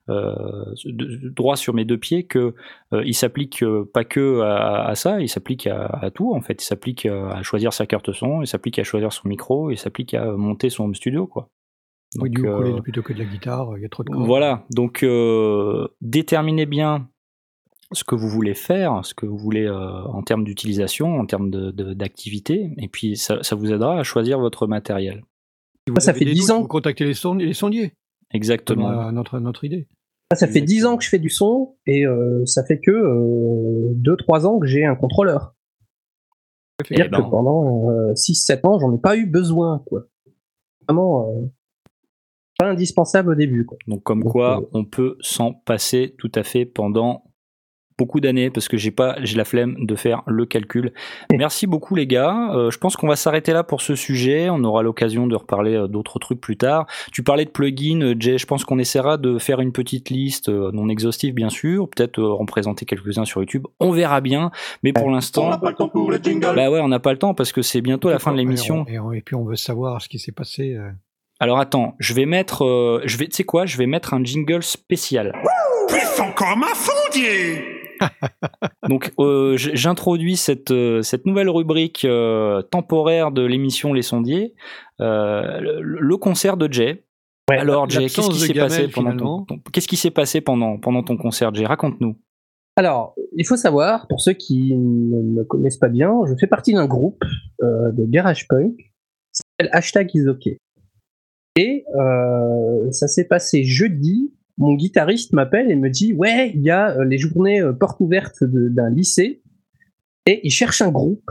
droit sur mes deux pieds, que il s'applique pas que à ça, il s'applique à tout en fait. Il s'applique à choisir sa carte son, il s'applique à choisir son micro, il s'applique à monter son home studio, quoi. Donc, oui, du ukulélé plutôt que de la guitare, il y a trop de cordes. Voilà, donc déterminez bien ce que vous voulez faire, ce que vous voulez en termes d'utilisation, en termes d'activité, et puis ça vous aidera à choisir votre matériel. Si ça fait 10 ans. Vous contactez les sondiers. Exactement. Notre idée. Ça fait 10 ans que je fais du son, et ça fait que 2-3 ans que j'ai un contrôleur. C'est-à-dire que pendant 6-7 ans, j'en ai pas eu besoin, quoi. Vraiment pas indispensable au début, quoi. Donc comme quoi, on peut s'en passer tout à fait pendant beaucoup d'années, parce que j'ai la flemme de faire le calcul. Merci beaucoup les gars, je pense qu'on va s'arrêter là pour ce sujet, on aura l'occasion de reparler d'autres trucs plus tard. Tu parlais de plugins, Jay, je pense qu'on essaiera de faire une petite liste, non exhaustive bien sûr, peut-être en présenter quelques-uns sur YouTube, on verra bien, mais pour l'instant... On n'a pas le temps pour les jingles. Bah ouais, on n'a pas le temps, parce que c'est bientôt la fin de l'émission. Et puis on veut savoir ce qui s'est passé. Alors attends, je vais mettre un jingle spécial. Puissant comme un sondier. Donc j'introduis cette nouvelle rubrique temporaire de l'émission Les Sondiers, le concert de Jay. Ouais, alors Jay, qu'est-ce qui s'est passé qu'est-ce qui s'est passé pendant ton concert, Jay? Raconte-nous. Alors, il faut savoir, pour ceux qui ne me connaissent pas bien, je fais partie d'un groupe de garage punk qui s'appelle #isok. Et ça s'est passé jeudi. Mon guitariste m'appelle et me dit ouais, il y a les journées portes ouvertes d'un lycée et il cherche un groupe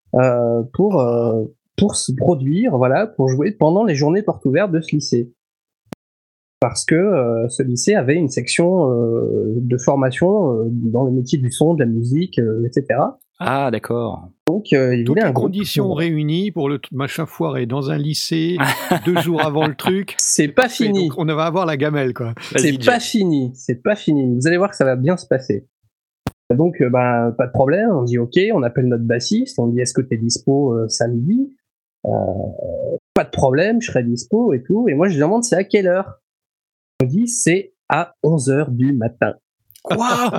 pour se produire, voilà, pour jouer pendant les journées portes ouvertes de ce lycée. Parce que ce lycée avait une section de formation dans le métier du son, de la musique, etc. Ah d'accord. Donc il voulait un groupe. Conditions réunies pour le machin foiré dans un lycée 2 jours avant le truc. C'est pas fini. Donc on va avoir la gamelle, quoi. C'est pas fini. C'est pas fini. Vous allez voir que ça va bien se passer. Donc pas de problème. On dit ok. On appelle notre bassiste. On dit est-ce que t'es dispo samedi? Pas de problème. Je serai dispo et tout. Et moi je lui demande c'est à quelle heure? On dit c'est à 11h du matin. Quoi?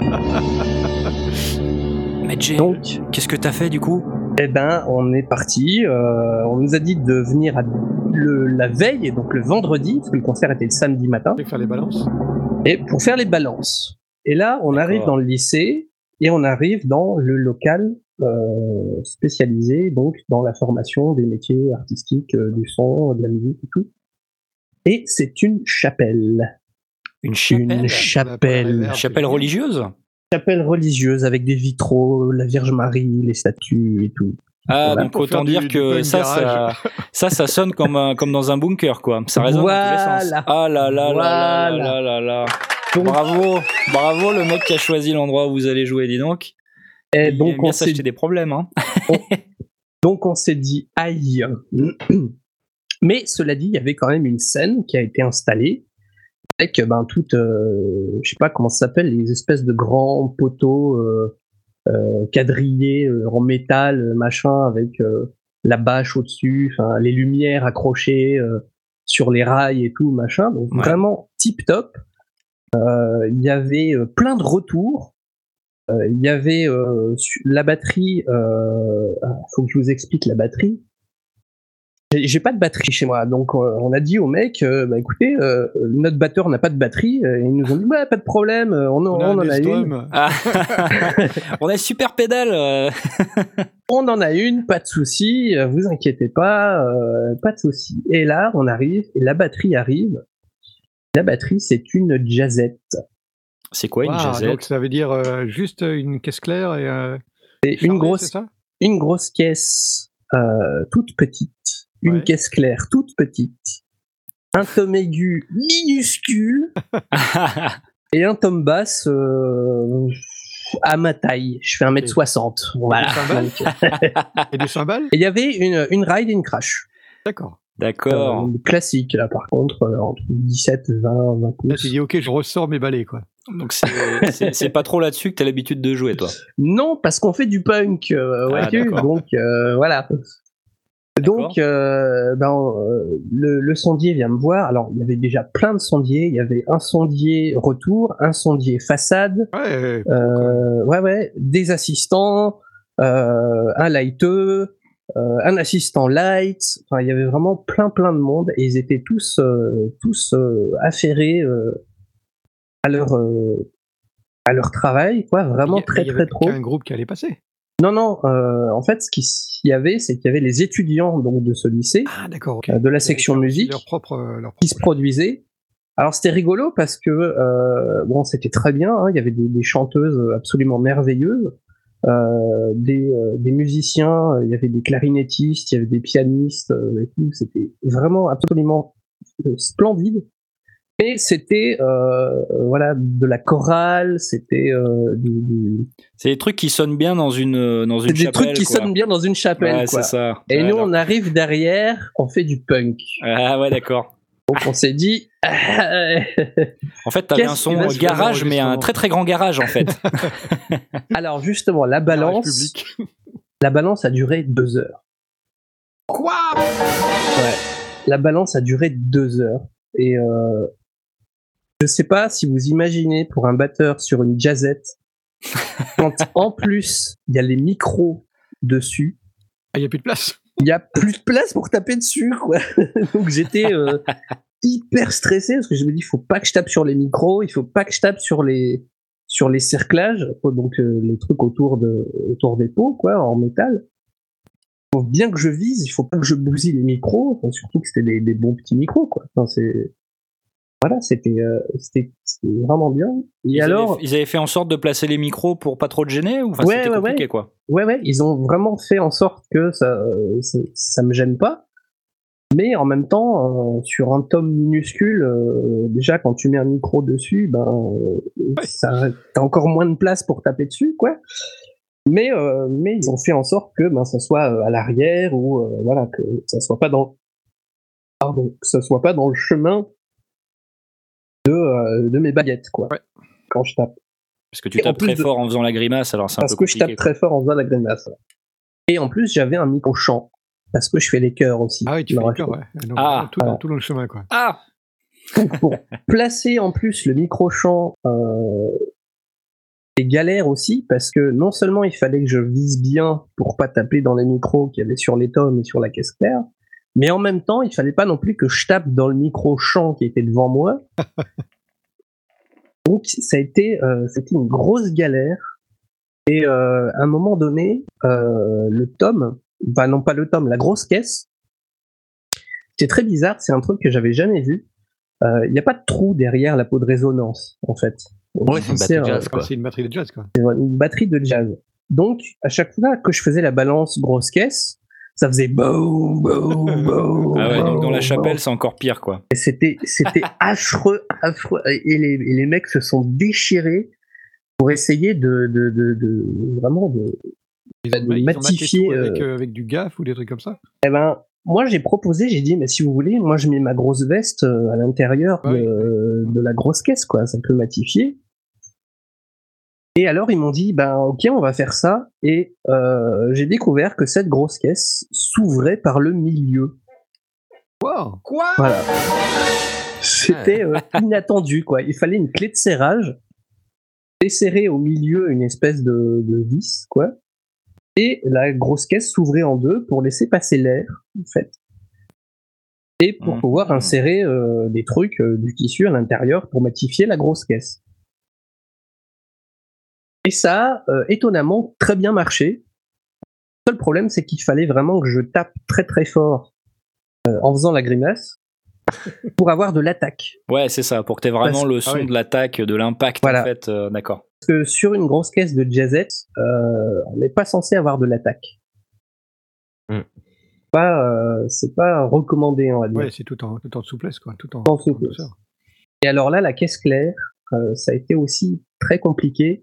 Mais Jay, donc, qu'est-ce que t'as fait du coup? Eh ben, on est parti. On nous a dit de venir la veille, et donc le vendredi, parce que le concert était le samedi matin. Pour faire les balances. Et pour faire les balances. Et là, on arrive dans le lycée et on arrive dans le local spécialisé, donc dans la formation des métiers artistiques, du son, de la musique et tout. Et c'est une chapelle. Une chapelle? Une chapelle. Chapelle religieuse? Chapelle religieuse avec des vitraux, la Vierge Marie, les statues et tout. Ah, voilà, donc autant dire que ça sonne comme dans un bunker, quoi. Ça résonne dans tous les sens. Ah là là là là là là. Bravo le mec qui a choisi l'endroit où vous allez jouer, dis donc. Et donc on s'est acheté des problèmes, hein. Donc on s'est dit aïe. Mais cela dit, il y avait quand même une scène qui a été installée avec toutes, je sais pas comment ça s'appelle, les espèces de grands poteaux quadrillés en métal, machin, avec la bâche au-dessus, les lumières accrochées sur les rails et tout, machin. Donc vraiment tip top. Il y avait plein de retours. Il y avait la batterie. Faut que je vous explique la batterie. J'ai pas de batterie chez moi, donc on a dit au mec, écoutez, notre batteur n'a pas de batterie, et ils nous ont dit pas de problème, on en a une. Ah. On a une super pédale. On en a une, pas de souci, vous inquiétez pas, pas de souci. Et là, on arrive, et la batterie arrive. La batterie, c'est une jazzette. C'est quoi une jazzette? Donc ça veut dire juste une caisse claire et c'est une grosse caisse toute petite. Une caisse claire toute petite, un tom aigu minuscule et un tom basse à ma taille. Je fais 1m60. Voilà. Et des cymbales? Et il y avait une ride et une crash. D'accord. Classique, là, par contre, entre 17 et 20 pouces. Là, tu dis, ok, je ressors mes balais, quoi. Donc, c'est pas trop là-dessus que t'as l'habitude de jouer, toi? Non, parce qu'on fait du punk, donc voilà. Donc, le sondier vient me voir. Alors, il y avait déjà plein de sondiers. Il y avait un sondier retour, un sondier façade, des assistants, un lighteux, un assistant light. Enfin, il y avait vraiment plein de monde et ils étaient tous affairés à leur travail, quoi. Vraiment très trop. Il y avait un groupe qui allait passer. Non, en fait, ce qu'il y avait, c'est qu'il y avait les étudiants donc, de ce lycée, de la section musique, qui se produisaient. Alors, c'était rigolo parce que, c'était très bien, hein, il y avait des chanteuses absolument merveilleuses, des musiciens, il y avait des clarinettistes, il y avait des pianistes, et tout. C'était vraiment absolument splendide. Et c'était voilà, de la chorale, c'était C'est des trucs qui sonnent bien dans une c'est des chapelle. trucs qui quoi. sonnent bien dans une chapelle, Ouais, quoi. c'est ça. Et Ouais, nous, alors- on arrive derrière, on fait du punk. Ah ouais, d'accord. Donc on s'est dit, En fait, t'avais un Qu'est-ce son qui va se garage, mais un l'enregistrement très très grand garage en fait. alors justement, la Garage balance, public. la balance a duré 2 heures. Quoi? Ouais. La balance a duré 2 heures. Et je sais pas si vous imaginez pour un batteur sur une jazzette, quand en plus il y a les micros dessus, Ah, il n'y a plus de place. il y a plus de place pour taper dessus, quoi. Donc j'étais hyper stressé parce que je me dis, il faut pas que je tape sur les micros, il faut pas que je tape sur les cerclages, donc les trucs autour des pots, quoi, en métal. Faut bien que je vise, il faut pas que je bousille les micros, enfin, surtout que c'était des bons petits micros, quoi. Enfin, c'était vraiment bien. Et Ils avaient fait en sorte de placer les micros pour pas trop te gêner ou enfin, Ouais, c'était ouais, compliqué ouais. quoi. Ouais, ils ont vraiment fait en sorte que ça me gêne pas. Mais en même temps, sur un tome minuscule, déjà quand tu mets un micro dessus, t'as encore moins de place pour taper dessus, quoi. Mais ils ont fait en sorte que ça soit à l'arrière ou voilà, que ça soit pas dans le chemin de mes baguettes, quoi. Ouais. Quand je tape. Parce que tu Et en tapes plus très de- fort en faisant la grimace, alors c'est un Parce peu que je compliqué. tape très fort en faisant la grimace. Ouais. Et en plus, j'avais un micro chant. Parce que je fais les chœurs aussi. Ah oui, tu fais dans le la cœur, chose. ouais. Donc, Ah, tout dans le chemin, quoi. Ah Donc, pour placer en plus le micro chant, c'est galère aussi parce que non seulement il fallait que je vise bien pour pas taper dans les micros qu'il y avait sur les tomes et sur la caisse claire, mais en même temps il fallait pas non plus que je tape dans le micro chant qui était devant moi. Donc c'était une grosse galère. Et à un moment donné, le tome, enfin non pas le tome, la grosse caisse, c'est très bizarre, c'est un truc que j'avais jamais vu. Il n'y a pas de trou derrière la peau de résonance, en fait. Ouais, c'est une batterie de jazz, Ah, quoi. c'est une batterie de jazz, quoi. C'est une batterie de jazz. Donc, à chaque fois que je faisais la balance grosse caisse, ça faisait boum, boum, boum. Ah ouais, donc dans la boum, chapelle, boum. c'est encore pire quoi. Et c'était affreux. Et les mecs se sont déchirés pour essayer vraiment de Ils ont maté matifier, tout avec du gaff ou des trucs comme ça. Eh ben, moi j'ai proposé, j'ai dit, mais si vous voulez, moi je mets ma grosse veste à l'intérieur Oui. de la grosse caisse, quoi, ça peut matifier. Et alors ils m'ont dit, ben ok, on va faire ça. Et j'ai découvert que cette grosse caisse s'ouvrait par le milieu. Wow. Quoi? Voilà. C'était inattendu, quoi. Il fallait une clé de serrage, desserrer au milieu une espèce de vis, quoi. Et la grosse caisse s'ouvrait en deux pour laisser passer l'air, en fait. Et pour pouvoir insérer des trucs, du tissu à l'intérieur pour matifier la grosse caisse. Et ça a étonnamment très bien marché. Le seul problème, c'est qu'il fallait vraiment que je tape très très fort en faisant la grimace pour avoir de l'attaque. Ouais, c'est ça, pour que t'aies vraiment le son oui. de l'attaque, de l'impact Voilà. en fait, d'accord. Parce que sur une grosse caisse de jazzette, on n'est pas censé avoir de l'attaque. C'est pas recommandé, on va dire. Ouais, c'est tout en souplesse, quoi. Tout en souplesse. douceur. Et alors là, la caisse claire, ça a été aussi très compliqué.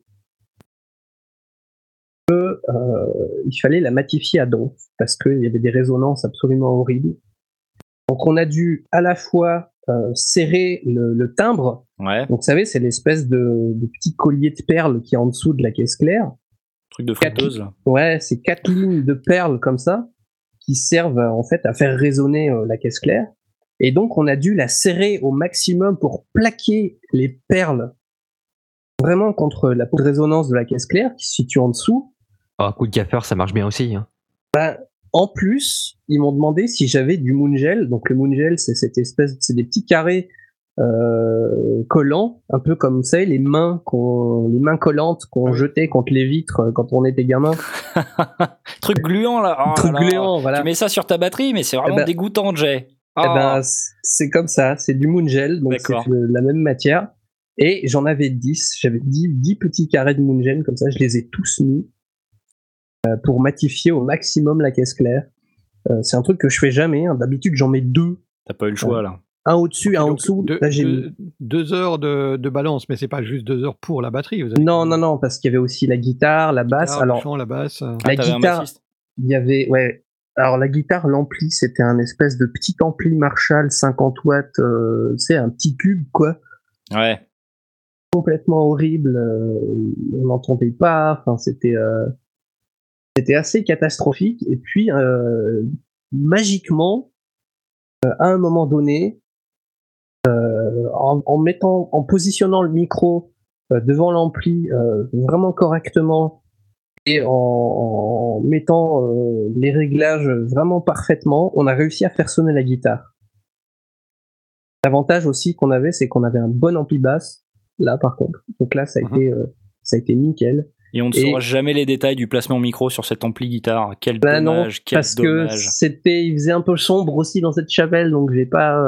Il fallait la matifier à donf parce qu'il y avait des résonances absolument horribles. Donc on a dû à la fois serrer le timbre. Ouais, Donc vous savez, c'est l'espèce de petit collier de perles qui est en dessous de la caisse claire. truc de friteuse là. Ouais, c'est 4 lignes de perles comme ça qui servent en fait à faire résonner la caisse claire. Et donc on a dû la serrer au maximum pour plaquer les perles vraiment contre la peau de résonance de la caisse claire qui se situe en dessous. Oh, coup de gaffeur, ça marche bien aussi. Hein. En plus, ils m'ont demandé si j'avais du moongel. Donc le moongel, c'est cette espèce, c'est des petits carrés collants, un peu comme vous savez les mains collantes qu'on jetait contre les vitres quand on était gamin. Truc gluant là. Oh Truc là là. gluant, voilà. Tu mets ça sur ta batterie, mais c'est vraiment dégoûtant, Jay. Oh. Eh ben, c'est comme ça, c'est du moongel, donc c'est la même matière. Et j'en avais 10, j'avais 10 petits carrés de moongel, comme ça, je les ai tous mis. pour matifier au maximum la caisse claire. C'est un truc que je fais jamais. Hein. D'habitude, j'en mets 2. T'as pas eu le choix là. Un au-dessus, un au-dessous. Là, j'ai mis 2 heures de balance, mais c'est pas juste 2 heures pour la batterie. Vous avez non, parce qu'il y avait aussi la guitare, la basse. guitare, Alors, le chant, la basse. la t'avais un guitare, bassiste il y avait, ouais. Alors la guitare, l'ampli, c'était un espèce de petit ampli Marshall 50 watts, tu sais, un petit cube quoi, Ouais. complètement horrible. On n'entendait pas. Enfin, c'était assez catastrophique. Et puis magiquement, à un moment donné, en positionnant le micro devant l'ampli vraiment correctement et en mettant les réglages vraiment parfaitement, on a réussi à faire sonner la guitare. L'avantage aussi qu'on avait, c'est qu'on avait un bon ampli basse, là par contre. Donc là, ça a été nickel. Et on ne saura jamais les détails du placement micro sur cette ampli guitare. Quel Ben dommage, non, quel parce dommage. que il faisait un peu sombre aussi dans cette chapelle, donc j'ai pas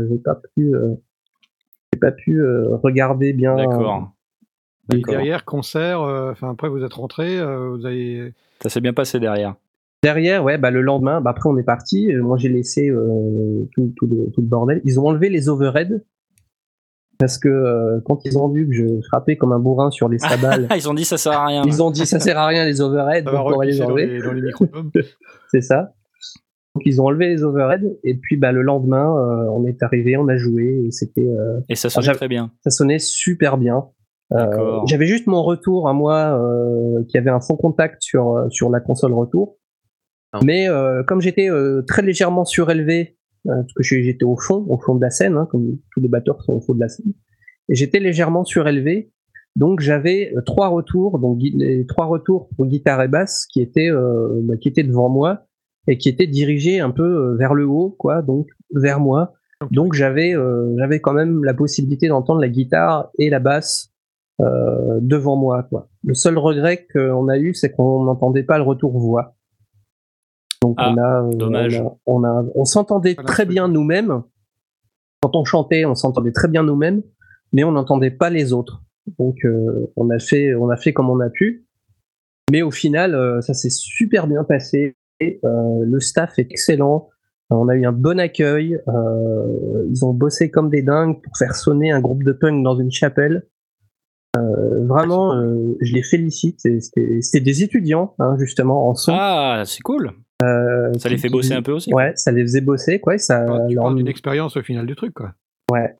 pu regarder bien. D'accord. Et derrière, concert, après vous êtes rentré, vous avez... Ça s'est bien passé derrière. Derrière, ouais, le lendemain, après on est parti. Moi j'ai laissé tout le bordel. Ils ont enlevé les overheads parce que quand ils ont vu que je frappais comme un bourrin sur les sabals, Ils ont dit ça sert à rien. ils ont dit ça sert à rien les overheads, Ça va donc on va les repisser enlever. dans les microphones. C'est ça. Donc ils ont enlevé les overheads et puis le lendemain, on est arrivé, on a joué et c'était. Et ça sonnait très bien. Ça sonnait super bien. D'accord. J'avais juste mon retour à moi qui avait un fond contact sur la console retour. Mais comme j'étais très légèrement surélevé, parce que j'étais au fond de la scène, hein, comme tous les batteurs sont au fond de la scène, et j'étais légèrement surélevé, donc j'avais 3 retours, donc les 3 retours pour guitare et basse qui étaient devant moi et qui étaient dirigés un peu vers le haut, quoi, donc vers moi. Donc j'avais quand même la possibilité d'entendre la guitare et la basse devant moi, quoi. Le seul regret qu'on a eu, c'est qu'on n'entendait pas le retour voix. Donc dommage. on s'entendait très bien nous-mêmes. Quand on chantait, on s'entendait très bien nous-mêmes, mais on n'entendait pas les autres. Donc on a fait comme on a pu. Mais au final, ça s'est super bien passé. Le staff est excellent. On a eu un bon accueil. Ils ont bossé comme des dingues pour faire sonner un groupe de punk dans une chapelle. Vraiment, je les félicite. C'était des étudiants, hein, justement, en son. Ah, c'est cool. Ça les fait bosser un peu aussi. Ouais, ça les faisait bosser, quoi. Ça tu parles d'une expérience au final du truc, quoi. Ouais.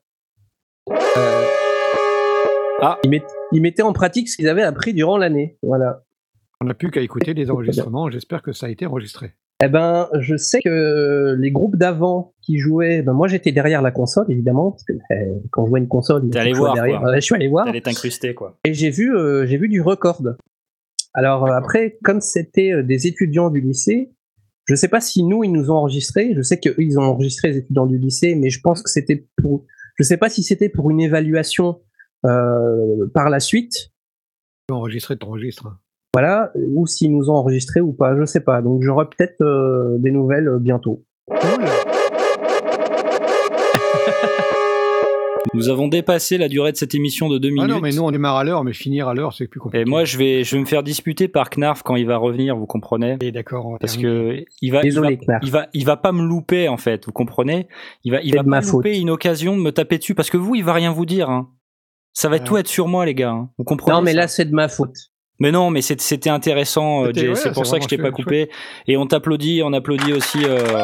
Ils mettaient en pratique ce qu'ils avaient appris durant l'année. Voilà. On n'a plus qu'à écouter les enregistrements. J'espère que ça a été enregistré. Eh ben, je sais que les groupes d'avant qui jouaient, moi j'étais derrière la console évidemment, parce que quand je vois une console, t'es allé voir, derrière. quoi. Je suis allé voir. T'allais t'incruster, quoi. Et j'ai vu du record. Alors après, comme c'était des étudiants du lycée, je sais pas si nous ils nous ont enregistrés. Je sais qu'eux ils ont enregistré les étudiants du lycée, mais je pense que c'était je sais pas si c'était pour une évaluation par la suite. Tu peux enregistrer, t'enregistres. Voilà, ou s'ils nous ont enregistrés ou pas, je sais pas. Donc j'aurai peut-être des nouvelles bientôt. Cool. Nous avons dépassé la durée de cette émission de 2 minutes. Ah non, mais nous on démarre à l'heure, mais finir à l'heure c'est plus compliqué. Et moi je vais me faire disputer par Knarf quand il va revenir, vous comprenez ? Et d'accord. Parce que il va pas me louper en fait, vous comprenez ? Il va pas louper une occasion de me taper dessus parce que vous il va rien vous dire. Hein. Ça va tout être sur moi les gars. Hein. Vous comprenez ? Non mais là c'est de ma faute. Mais non, mais c'était intéressant, Jay, c'est pour ça que je t'ai pas coupé. Et on applaudit aussi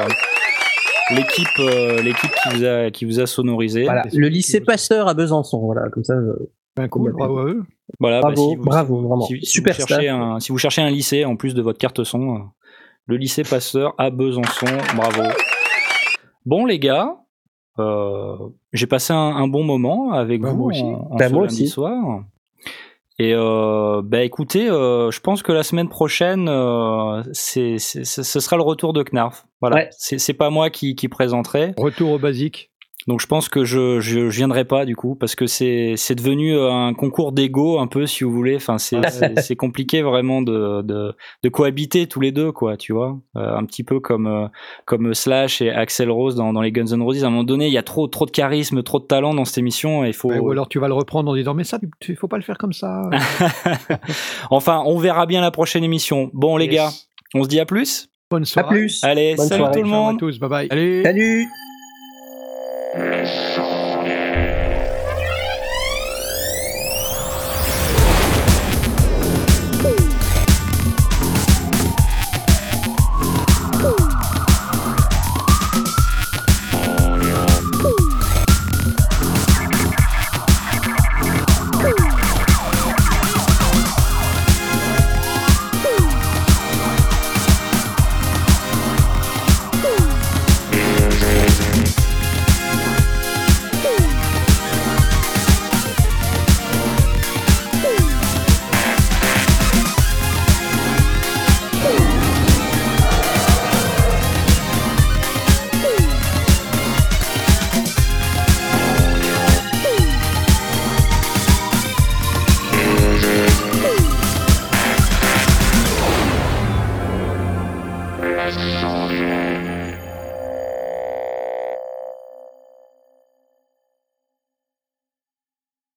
l'équipe qui vous a sonorisé. Voilà, le lycée Pasteur à Besançon, voilà, comme ça. Cool, bravo à eux. Voilà, bravo, bravo, vraiment. Super si vous cherchez un lycée en plus de votre carte son, le lycée Pasteur à Besançon, bravo. Bon les gars, j'ai passé un bon moment avec vous moi aussi. en ce lundi soir. Et écoutez, je pense que la semaine prochaine, ce sera le retour de Knarf. Voilà, ouais. C'est pas moi qui présenterai. Retour au basique. Donc je pense que je viendrai pas du coup parce que c'est devenu un concours d'ego un peu si vous voulez. Enfin c'est compliqué vraiment de cohabiter tous les deux quoi, tu vois. Un petit peu comme Slash et Axl Rose dans les Guns N' Roses. À un moment donné, il y a trop de charisme, trop de talent dans cette émission et il faut. Ou alors tu vas le reprendre en disant mais ça il faut pas le faire comme ça. Enfin, on verra bien la prochaine émission. Bon les gars, on se dit à plus. Bonne soirée. À plus. Allez, Bonne salut soirée. tout le Ciao à monde. tous, bye bye. Salut. Salut. Let's go.